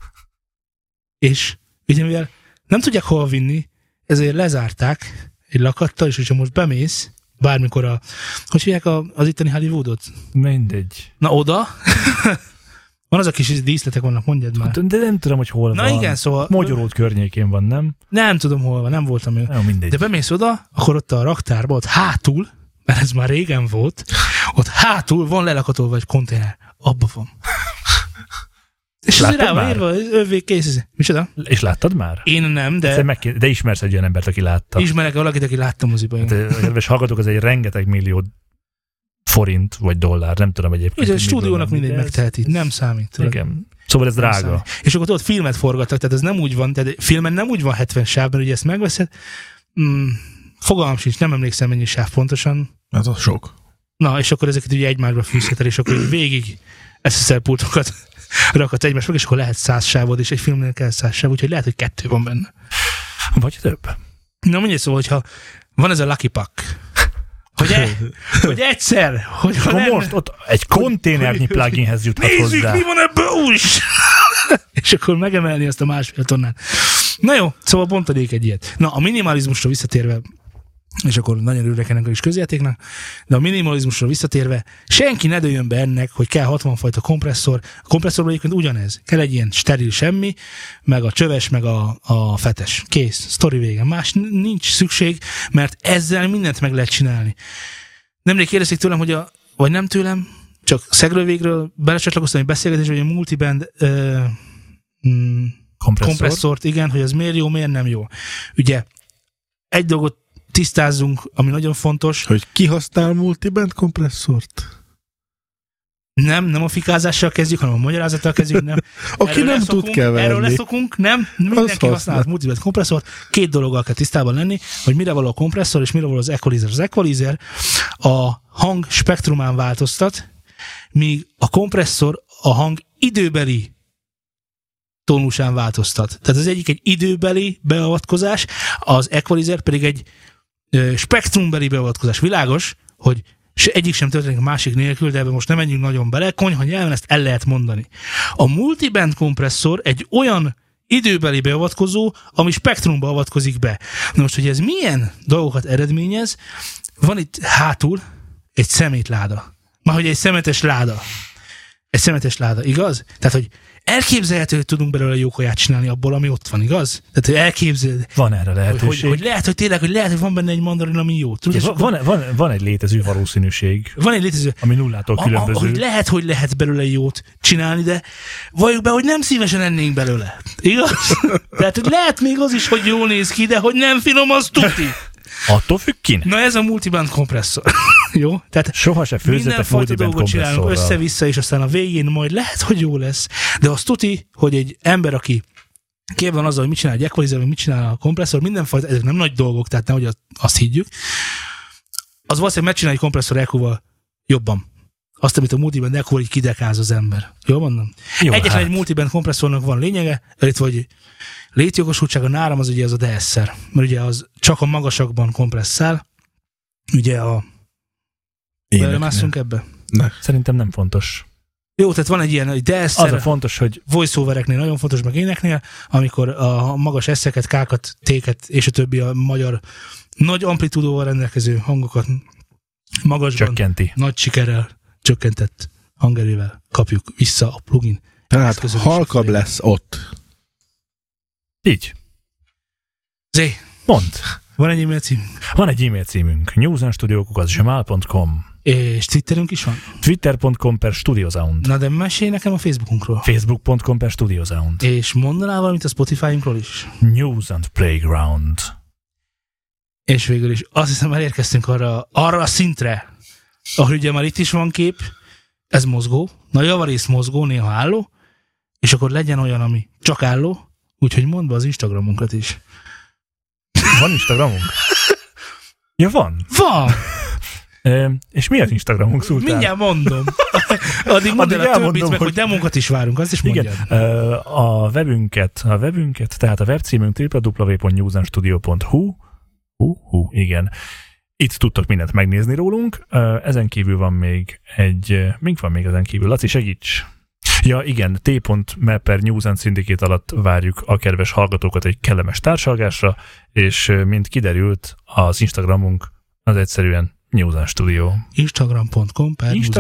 és ugye mivel nem tudják hova vinni, ezért lezárták egy lakattal, és hogyha most bemész, bármikor hogy hívják az itteni Hollywoodot? Mindegy. Na oda, van az a kis díszletek vannak, mondjad már. De nem tudom, hogy hol van. Na igen, szóval... Magyaród környékén van, nem? Nem tudom hol van, nem voltam ő. Nem, mindegy. De bemész oda, akkor ott a raktárban, ott hátul, mert ez már régen volt, ott hátul van lelakatolva egy konténer. Abba van. És azért rá van írva, övé kész. Micsoda? És láttad már? Én nem, de... De ismersz egy olyan embert, aki látta. Ismerek valakit, aki látta moziban. Hát, hallgatok, az egy rengeteg millió forint, vagy dollár, nem tudom egyébként. Ez a stúdiónak mindegy megteheti, nem számít. Igen. Szóval ez drága. És akkor ott filmet forgattak, tehát ez nem úgy van, tehát filmen nem úgy van 70 sáv, mert ugye ezt megveszed. Fogalmam sincs, nem emlékszem mennyi sáv pontosan. Ez az sok. Na, és akkor ezeket ugye egymásba fűzheted, és akkor végig SSL pultokat rakhat egymásba, és akkor lehet 100 sávod, és egy filmnél kell 100 sáv, úgyhogy lehet, hogy 2 van benne. Vagy több. Na mondjuk szóval, hogyha van ez a Lucky Puck, hogy egyszer, hogy most ott egy konténernyi pluginhez juthat hozzá. Nézzük, mi van ebből úgy! És akkor megemelni azt a 1,5 tonnát. Na jó, szóval pont adék egy ilyet. Na, a minimalizmusra visszatérve, és akkor nagyon örülök ennek is közjátéknak, de a minimalizmusra visszatérve, senki ne dőljön be ennek, hogy kell 60 fajta kompresszor. A kompresszorban egyébként ugyanez. Kell egy ilyen steril semmi, meg a csöves, meg a fetes. Kész. Sztori vége. Más nincs szükség, mert ezzel mindent meg lehet csinálni. Nemrég kérdezték tőlem, vagy nem tőlem, csak szegről végről belecsatlakoztam egy beszélgetésre, hogy a multiband kompresszort, igen, hogy az miért jó, miért nem jó. Ugye egy dolgot tisztázzunk, ami nagyon fontos. Hogy ki használ multiband kompresszort? Nem a fikázással kezdjük, hanem a magyarázattal kezdjük, nem. Aki nem tud, kell venni. Erről leszokunk, nem. Mindenki használ multiband kompresszort. 2 dologgal kell tisztában lenni, hogy mire való a kompresszor, és mire való az equalizer. Az equalizer a hang spektrumán változtat, míg a kompresszor a hang időbeli tónusán változtat. Tehát az egyik egy időbeli beavatkozás, az equalizer pedig egy spektrumbeli beavatkozás. Világos, hogy egyik sem történik a másik nélkül, de ebben most nem menjünk nagyon bele, konyha nyelven ezt el lehet mondani. A multiband kompresszor egy olyan időbeli beavatkozó, ami spektrumba avatkozik be. Na most, hogy ez milyen dolgokat eredményez, van itt hátul egy szemétláda. Már hogy egy szemetes láda. Egy szemetes láda, igaz? Tehát, hogy elképzelhető, hogy tudunk belőle jó kaját csinálni abból, ami ott van, igaz? Tehát, hogy elképzelhető. Van erre lehetőség. Hogy lehet, hogy tényleg, hogy lehet, hogy van benne egy mandarin, ami jó. Van egy létező valószínűség. Van egy létező. Ami nullától különböző. Hogy lehet belőle jót csinálni, de valljuk be, hogy nem szívesen ennénk belőle. Igaz? Tehát, hogy lehet még az is, hogy jól néz ki, de hogy nem finom, az tuti. Attól függ kinek. Na ez a multiband kompresszor. Jó? Tehát soha se főzzetek multiband kompresszorral. Össze-vissza, és aztán a végén majd lehet, hogy jó lesz. De azt tuti, hogy egy ember, aki képben van azzal, hogy mit csinál egy equalizer, vagy mit csinál a kompresszor, mindenfajta, ezek nem nagy dolgok, tehát nehogy azt higgyük, az valószínűleg megcsinál egy kompresszor EQ-val jobban. Azt, amit a multiband EQ-val így kidekáz az ember. Jól mondom? Egyetlen egy multiband kompresszornak van lényege, vagy létjogosultsága nálam az ugye az a DSR, mert ugye az csak a magasakban kompresszál, ugye belemászunk ebbe? Ne. Szerintem nem fontos. Jó, tehát van egy ilyen DSR. Az a fontos, hogy voice-overeknél nagyon fontos, meg éneknél, amikor a magas eszeket, kákat, téket és a többi a magyar nagy amplitúdóval rendelkező hangokat magasban, csökkenti. Nagy sikerrel csökkentett hangerővel kapjuk vissza a plugin. Tehát halkabb lesz ott. Így. Zé, mondd. Van egy e-mail címünk? Van egy e-mail címünk. newsandstudio@gmail.com. És Twitterünk is van? Twitter.com/studiosound. Na de mesélj nekem a Facebookunkról. Facebook.com/studiosound. És mondanál valamit a Spotify-unkról is? News and Playground. És végül is azt hiszem elérkeztünk arra a szintre, ahol ugye már itt is van kép, ez mozgó, na javarészt mozgó, néha álló, és akkor legyen olyan, ami csak álló, úgyhogy mondd be az Instagramunkat is. Van Instagramunk? Ja, van. Van! És mi az Instagramunk, Szultán? Mindjárt mondom. Addig mondd el a többit, meg hogy demókat is várunk, azt is mondjad. Igen. A webünket, tehát a webcímünk www.newsandstudio.hu. Igen. Itt tudtok mindent megnézni rólunk. Ezen kívül van még mink van még ezen kívül? Laci, segíts! Ja, igen, t.me/News and Syndicate alatt várjuk a kedves hallgatókat egy kellemes társalgásra, és mint kiderült, az Instagramunk az egyszerűen News and Studio. Instagram.com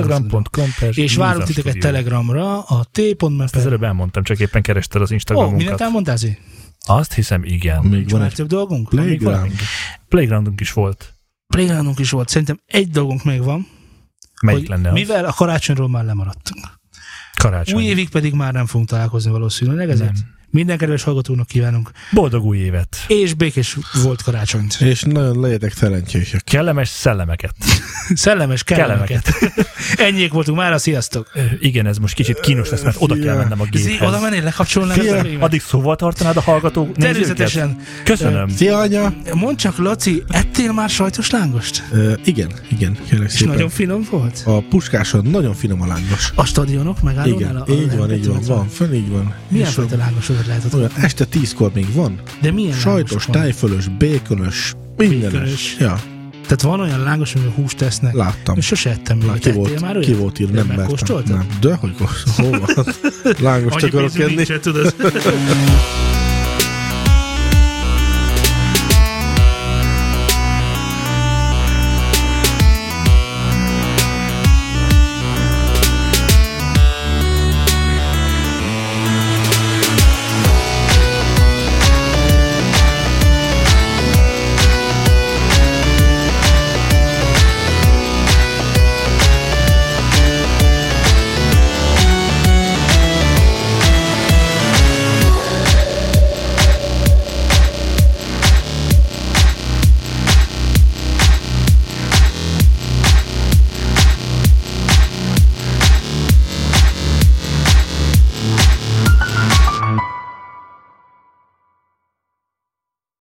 és várunk titeket Telegramra, a t.me. Ezt előbb elmondtam, csak éppen kerested az Instagramunkat. Mindent elmondtál, Zé? Azt hiszem, igen. Még van egy több dolgunk? Playgroundunk is volt. Playgroundunk is volt. Szerintem egy dolgunk még van. Melyik lenne az? Mivel a karácsonyról már lemaradtunk. Új évig pedig már nem fogunk találkozni valószínűleg, ezért minden kedves hallgatónak kívánunk boldog új évet! És békés volt karácsonyt. És nagyon legyetek szerencsések. Kellemes szellemeket. Szellemes kellemeket. Ennyiek voltunk mára, sziasztok! Igen, ez most kicsit kínos lesz, mert oda kell mennem a géphez. Oda mennél, lekapcsolnál? Addig szóval tartanád a hallgató természetesen. Köszönöm. Szia, anya! Mondd csak, Laci, ettél már sajtos lángost? Igen, kérlek szépen. És nagyon finom volt? A Puskáson nagyon finom a lángos. A stadionok megállónál? Igen, így van, fönn így van. Milyen fajta lángosodat lehetett? Olyan este 10-kor még van. De milyen sajtos, tájfölös, békönös, mindenes. Ja. Tehát van olyan lángos, amivel húst tesznek? Láttam. És sose ettem még. Ki volt ír, nem mertem. Nem. De hogy hol van? Lángos akarok enni.